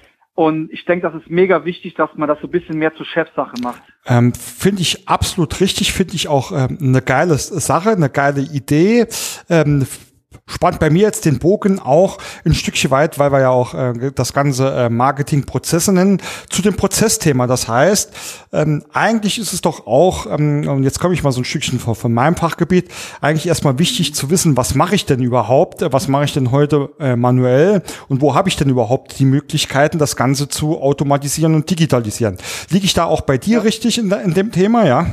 Und ich denke, das ist mega wichtig, dass man das so ein bisschen mehr zur Chefsache macht. Ähm, finde ich absolut richtig, finde ich auch ähm, eine geile Sache, eine geile Idee. Ähm, spannt bei mir jetzt den Bogen auch ein Stückchen weit, weil wir ja auch äh, das ganze äh, Marketingprozesse nennen, zu dem Prozessthema. Das heißt, ähm, eigentlich ist es doch auch, ähm, und jetzt komme ich mal so ein Stückchen von, von meinem Fachgebiet, eigentlich erstmal wichtig zu wissen, was mache ich denn überhaupt, was mache ich denn heute äh, manuell und wo habe ich denn überhaupt die Möglichkeiten, das Ganze zu automatisieren und digitalisieren. Liege ich da auch bei dir ja. richtig in, in dem Thema, ja?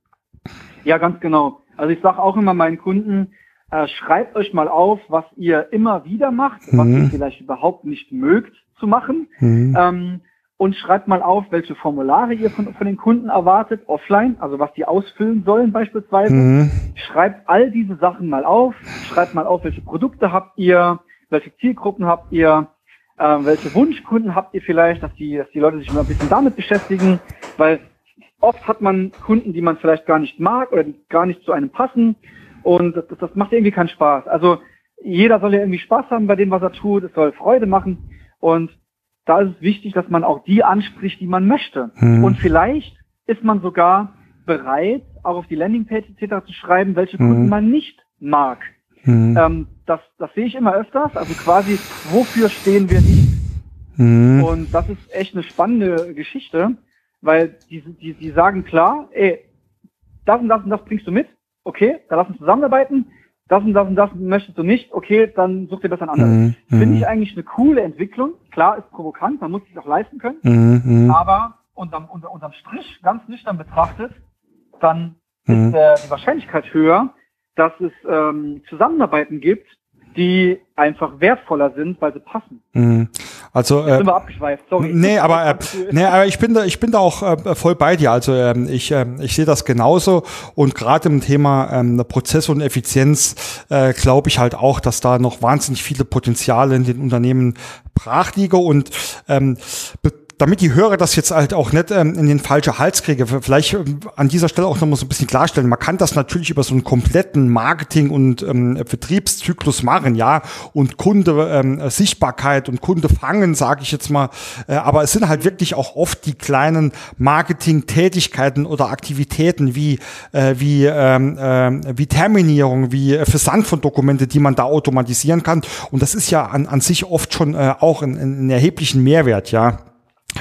Ja, ganz genau. Also ich sage auch immer meinen Kunden, Äh, schreibt euch mal auf, was ihr immer wieder macht, mhm. was ihr vielleicht überhaupt nicht mögt zu machen. Mhm. Ähm, und schreibt mal auf, welche Formulare ihr von, von den Kunden erwartet, offline, also was die ausfüllen sollen beispielsweise. Mhm. Schreibt all diese Sachen mal auf. Schreibt mal auf, welche Produkte habt ihr, welche Zielgruppen habt ihr, äh, welche Wunschkunden habt ihr vielleicht, dass die, dass die Leute sich mal ein bisschen damit beschäftigen, weil oft hat man Kunden, die man vielleicht gar nicht mag oder die gar nicht zu einem passen. Und das, das macht irgendwie keinen Spaß. Also jeder soll ja irgendwie Spaß haben bei dem, was er tut. Es soll Freude machen. Und da ist es wichtig, dass man auch die anspricht, die man möchte. Mhm. Und vielleicht ist man sogar bereit, auch auf die Landingpage et cetera zu schreiben, welche Kunden mhm. man nicht mag. Mhm. Ähm, das, das sehe ich immer öfters. Also quasi, wofür stehen wir nicht? Mhm. Und das ist echt eine spannende Geschichte, weil die, die, die sagen klar, ey, das und das und das bringst du mit. Okay, dann lass uns zusammenarbeiten. Das und das und das möchtest du nicht. Okay, dann such dir das ein anderes. Mhm. Finde ich eigentlich eine coole Entwicklung. Klar, ist provokant, man muss sich auch leisten können. Mhm. Aber unterm, unter, unterm Strich, ganz nüchtern betrachtet, dann mhm. ist äh, die Wahrscheinlichkeit höher, dass es ähm, Zusammenarbeiten gibt, die einfach wertvoller sind, weil sie passen. Mhm. Also Jetzt sind wir abgeschweift, sorry. Nee, aber äh, nee, aber ich bin da ich bin da auch äh, voll bei dir. Also ähm, ich äh, ich sehe das genauso und gerade im Thema ähm, Prozess und Effizienz äh, glaube ich halt auch, dass da noch wahnsinnig viele Potenziale in den Unternehmen brach liegen und ähm, damit die Hörer das jetzt halt auch nicht ähm, in den falschen Hals kriege, vielleicht ähm, an dieser Stelle auch noch mal so ein bisschen klarstellen. Man kann das natürlich über so einen kompletten Marketing- und ähm, Vertriebszyklus machen, ja, und Kunde ähm, Sichtbarkeit und Kunde fangen, sage ich jetzt mal. Äh, aber es sind halt wirklich auch oft die kleinen Marketing-Tätigkeiten oder Aktivitäten wie äh, wie ähm, äh, wie Terminierung, wie äh, Versand von Dokumente, die man da automatisieren kann. Und das ist ja an an sich oft schon äh, auch ein, ein erheblichen Mehrwert, ja.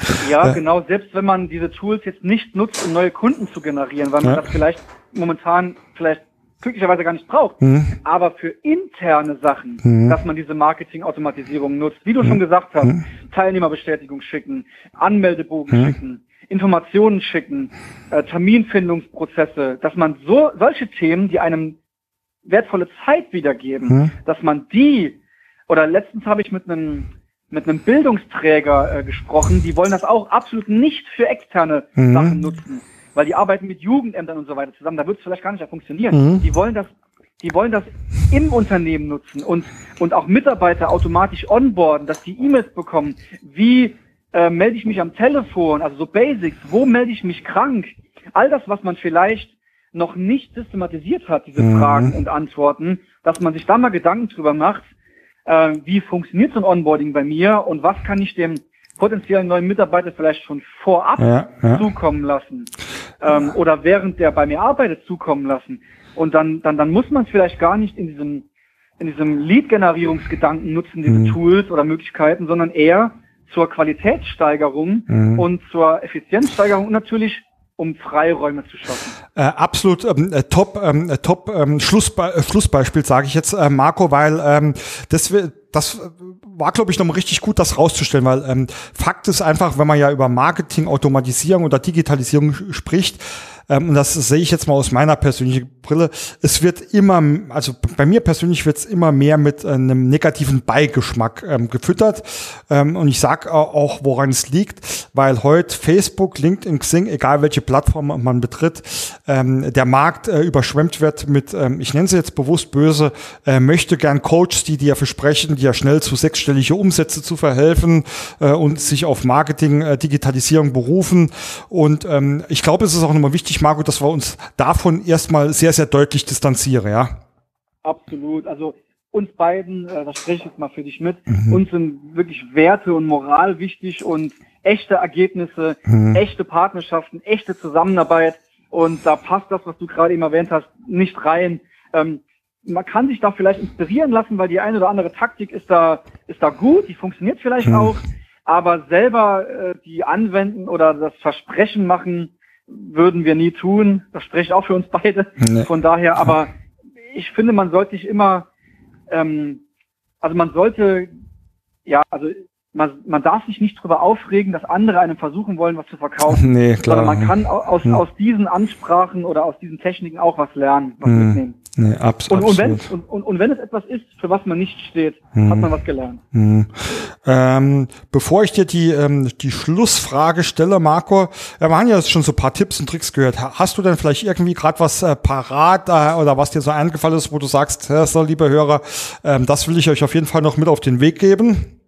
Ja, genau. Selbst wenn man diese Tools jetzt nicht nutzt, um neue Kunden zu generieren, weil man ja. das vielleicht momentan vielleicht glücklicherweise gar nicht braucht. Mhm. Aber für interne Sachen, mhm. dass man diese Marketing-Automatisierung nutzt, wie du mhm. schon gesagt hast, mhm. Teilnehmerbestätigung schicken, Anmeldebogen mhm. schicken, Informationen schicken, äh, Terminfindungsprozesse, dass man so solche Themen, die einem wertvolle Zeit wiedergeben, mhm. dass man die, oder letztens habe ich mit einem mit einem Bildungsträger äh, gesprochen, die wollen das auch absolut nicht für externe mhm. Sachen nutzen, weil die arbeiten mit Jugendämtern und so weiter zusammen, da wird es vielleicht gar nicht mehr funktionieren. Mhm. Die wollen das, die wollen das im Unternehmen nutzen und und auch Mitarbeiter automatisch onboarden, dass die E-Mails bekommen, wie äh, melde ich mich am Telefon, also so Basics, wo melde ich mich krank, all das, was man vielleicht noch nicht systematisiert hat, diese mhm. Fragen und Antworten, dass man sich da mal Gedanken drüber macht, äh, wie funktioniert so ein Onboarding bei mir und was kann ich dem potenziellen neuen Mitarbeiter vielleicht schon vorab ja, ja. zukommen lassen ähm, oder während der bei mir arbeitet zukommen lassen. Und dann dann dann muss man es vielleicht gar nicht in diesem in diesem Lead-Generierungsgedanken nutzen, diese mhm. Tools oder Möglichkeiten, sondern eher zur Qualitätssteigerung mhm. und zur Effizienzsteigerung und natürlich um Freiräume zu schaffen. Äh, absolut ähm, äh, top, ähm, äh, top ähm, Schlussbe äh, Schlussbeispiel, sage ich jetzt, äh, Marco, weil ähm, das, das war, glaube ich, nochmal richtig gut, das rauszustellen, weil ähm, Fakt ist einfach, wenn man ja über Marketing, Automatisierung oder Digitalisierung spricht, ähm, und das sehe ich jetzt mal aus meiner persönlichen Brille, es wird immer, also bei mir persönlich wird es immer mehr mit äh, einem negativen Beigeschmack ähm, gefüttert. Ähm, und ich sage auch, woran es liegt, weil heute Facebook, LinkedIn, Xing, egal welche Plattform man betritt, ähm, der Markt äh, überschwemmt wird mit, ähm, ich nenne sie jetzt bewusst böse, äh, möchte gern Coaches, die dir versprechen, dir schnell zu sechsstellige Umsätze zu verhelfen äh, und sich auf Marketing, äh, Digitalisierung berufen. Und ähm, ich glaube, es ist auch nochmal wichtig, Marco, dass wir uns davon erstmal sehr, sehr deutlich distanzieren, ja? Absolut. Also uns beiden, äh, das spreche ich jetzt mal für dich mit, mhm. uns sind wirklich Werte und Moral wichtig und echte Ergebnisse, mhm. echte Partnerschaften, echte Zusammenarbeit. Und da passt das, was du gerade eben erwähnt hast, nicht rein. Ähm, man kann sich da vielleicht inspirieren lassen, weil die eine oder andere Taktik ist da, ist da gut, die funktioniert vielleicht mhm. auch, aber selber äh, die anwenden oder das Versprechen machen, würden wir nie tun. Das spricht auch für uns beide. Nee. Von daher, aber ich finde, man sollte sich immer, ähm, also man sollte, ja, also man, man darf sich nicht drüber aufregen, dass andere einem versuchen wollen, was zu verkaufen. Nee, klar. Sondern man kann aus, hm. aus diesen Ansprachen oder aus diesen Techniken auch was lernen, was hm. mitnehmen. Nee, abs und, und, wenn, absolut. und, und, und wenn es etwas ist, für was man nicht steht, hm. hat man was gelernt. Hm. Ähm, bevor ich dir die, ähm, die Schlussfrage stelle, Marco, wir haben ja schon so ein paar Tipps und Tricks gehört. Hast du denn vielleicht irgendwie gerade was äh, parat äh, oder was dir so eingefallen ist, wo du sagst, äh, so, liebe Hörer, ähm, das will ich euch auf jeden Fall noch mit auf den Weg geben?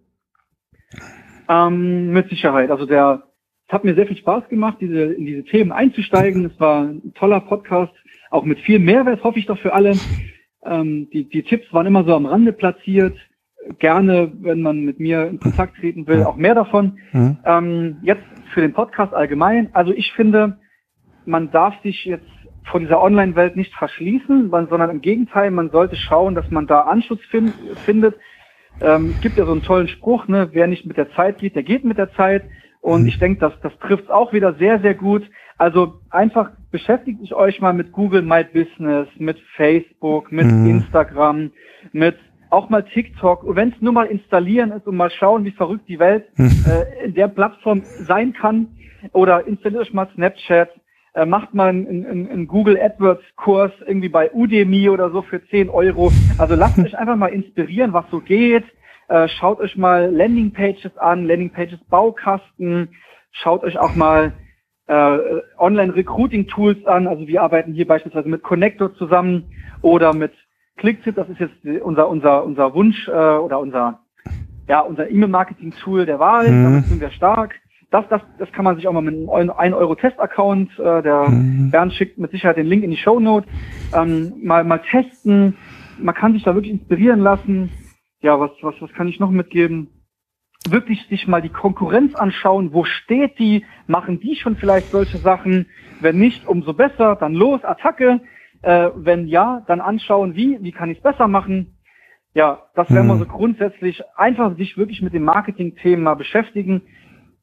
Ähm, mit Sicherheit. Also der, es hat mir sehr viel Spaß gemacht, diese, in diese Themen einzusteigen. Es war ein toller Podcast, auch mit viel Mehrwert, hoffe ich doch für alle. Ähm, die, die Tipps waren immer so am Rande platziert. Gerne, wenn man mit mir in Kontakt treten will, auch mehr davon. Mhm. Ähm, jetzt für den Podcast allgemein. Also ich finde, man darf sich jetzt vor dieser Online-Welt nicht verschließen, sondern im Gegenteil, man sollte schauen, dass man da Anschluss fin- findet. Ähm, es gibt ja so einen tollen Spruch, ne, wer nicht mit der Zeit geht, der geht mit der Zeit. Und ich denke, das, das trifft auch wieder sehr, sehr gut. Also einfach beschäftigt euch mal mit Google My Business, mit Facebook, mit mhm. Instagram, mit auch mal TikTok. Und wenn es nur mal installieren ist und mal schauen, wie verrückt die Welt äh, in der Plattform sein kann. Oder installiert euch mal Snapchat, äh, macht mal einen, einen, einen Google AdWords Kurs irgendwie bei Udemy oder so für zehn Euro. Also lasst euch einfach mal inspirieren, was so geht. Äh, schaut euch mal Landingpages an, Landingpages Baukasten. Schaut euch auch mal äh, Online-Recruiting-Tools an. Also wir arbeiten hier beispielsweise mit Connector zusammen oder mit Clicktip. Das ist jetzt unser unser unser Wunsch äh, oder unser ja unser E-Mail-Marketing-Tool der Wahl. Mhm. Damit sind wir stark. Das, das, das kann man sich auch mal mit einem ein Euro Test-Account, äh, der mhm. Bernd schickt mit Sicherheit den Link in die Shownote, ähm, mal, mal testen. Man kann sich da wirklich inspirieren lassen. Ja, was, was, was kann ich noch mitgeben? Wirklich sich mal die Konkurrenz anschauen. Wo steht die? Machen die schon vielleicht solche Sachen? Wenn nicht, umso besser. Dann los, Attacke. Äh, wenn ja, dann anschauen, wie, wie kann ich es besser machen? Ja, das wäre mhm. mal so grundsätzlich einfach sich wirklich mit dem Marketing-Themen mal beschäftigen.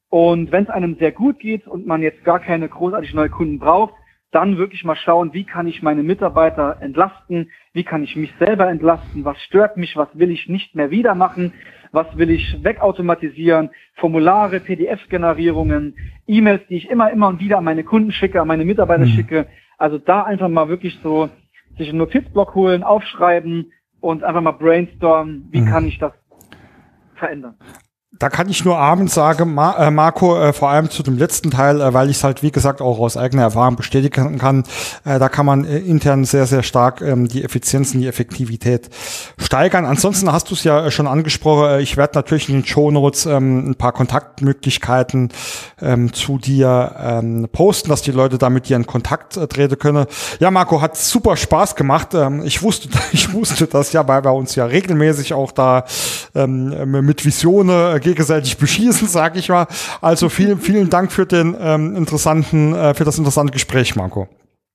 Und wenn es einem sehr gut geht und man jetzt gar keine großartig neue Kunden braucht, dann wirklich mal schauen, wie kann ich meine Mitarbeiter entlasten, wie kann ich mich selber entlasten, was stört mich, was will ich nicht mehr wieder machen, was will ich wegautomatisieren, Formulare, P D F-Generierungen, E-Mails, die ich immer, immer und wieder an meine Kunden schicke, an meine Mitarbeiter mhm. schicke. Also da einfach mal wirklich so sich einen Notizblock holen, aufschreiben und einfach mal brainstormen, wie mhm. kann ich das verändern. Da kann ich nur Amen sagen, Mar- äh, Marco, äh, vor allem zu dem letzten Teil, äh, weil ich es halt, wie gesagt, auch aus eigener Erfahrung bestätigen kann. Äh, da kann man äh, intern sehr, sehr stark ähm, die Effizienzen, die Effektivität steigern. Ansonsten hast du es ja äh, schon angesprochen. Äh, ich werde natürlich in den Shownotes ähm, ein paar Kontaktmöglichkeiten ähm, zu dir ähm, posten, dass die Leute da mit dir in Kontakt äh, treten können. Ja, Marco, hat super Spaß gemacht. Ähm, ich wusste, ich wusste das ja, weil wir uns ja regelmäßig auch da ähm, mit Visionen äh, gegenseitig beschießen, sag ich mal. Also vielen, vielen Dank für den ähm, interessanten, äh, für das interessante Gespräch, Marco.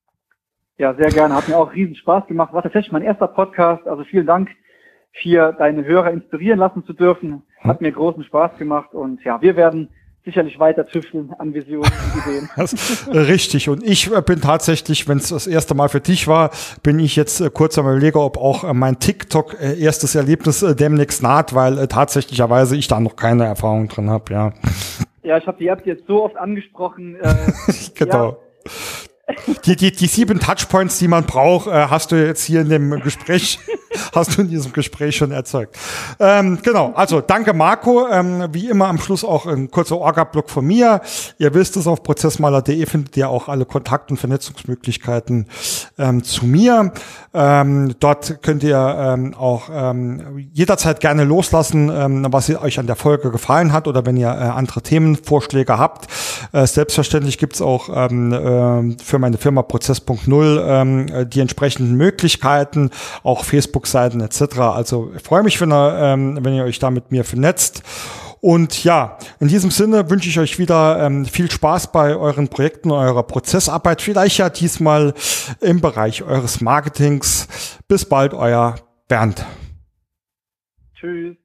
Ja, sehr gerne. Hat mir auch riesen Spaß gemacht. War tatsächlich mein erster Podcast. Also vielen Dank, hier deine Hörer inspirieren lassen zu dürfen. Hat hm. mir großen Spaß gemacht. Und ja, wir werden sicherlich weiter tüfteln an Visionen und Ideen. Richtig. Und ich bin tatsächlich, wenn es das erste Mal für dich war, bin ich jetzt äh, kurz am Überlegen, ob auch äh, mein TikTok äh, erstes Erlebnis äh, demnächst naht, weil äh, tatsächlicherweise ich da noch keine Erfahrung drin habe, ja. Ja, ich habe die App jetzt so oft angesprochen. Äh, genau. Ja. Die, die, die sieben Touchpoints, die man braucht, äh, hast du jetzt hier in dem Gespräch, hast du in diesem Gespräch schon erzeugt. Ähm, genau, also danke Marco. Ähm, wie immer am Schluss auch ein kurzer Orga-Block von mir. Ihr wisst es, auf prozessmaler punkt de findet ihr auch alle Kontakt- und Vernetzungsmöglichkeiten ähm, zu mir. Ähm, dort könnt ihr ähm, auch ähm, jederzeit gerne loslassen, ähm, was euch an der Folge gefallen hat oder wenn ihr äh, andere Themenvorschläge habt. Äh, selbstverständlich gibt's auch ähm, äh, für meine Firma Prozess Punkt null ähm, die entsprechenden Möglichkeiten, auch Facebook-Seiten et cetera. Also ich freue mich, wenn ihr, ähm, wenn ihr euch da mit mir vernetzt. Und ja, in diesem Sinne wünsche ich euch wieder ähm, viel Spaß bei euren Projekten, eurer Prozessarbeit. Vielleicht ja diesmal im Bereich eures Marketings. Bis bald, euer Bernd. Tschüss.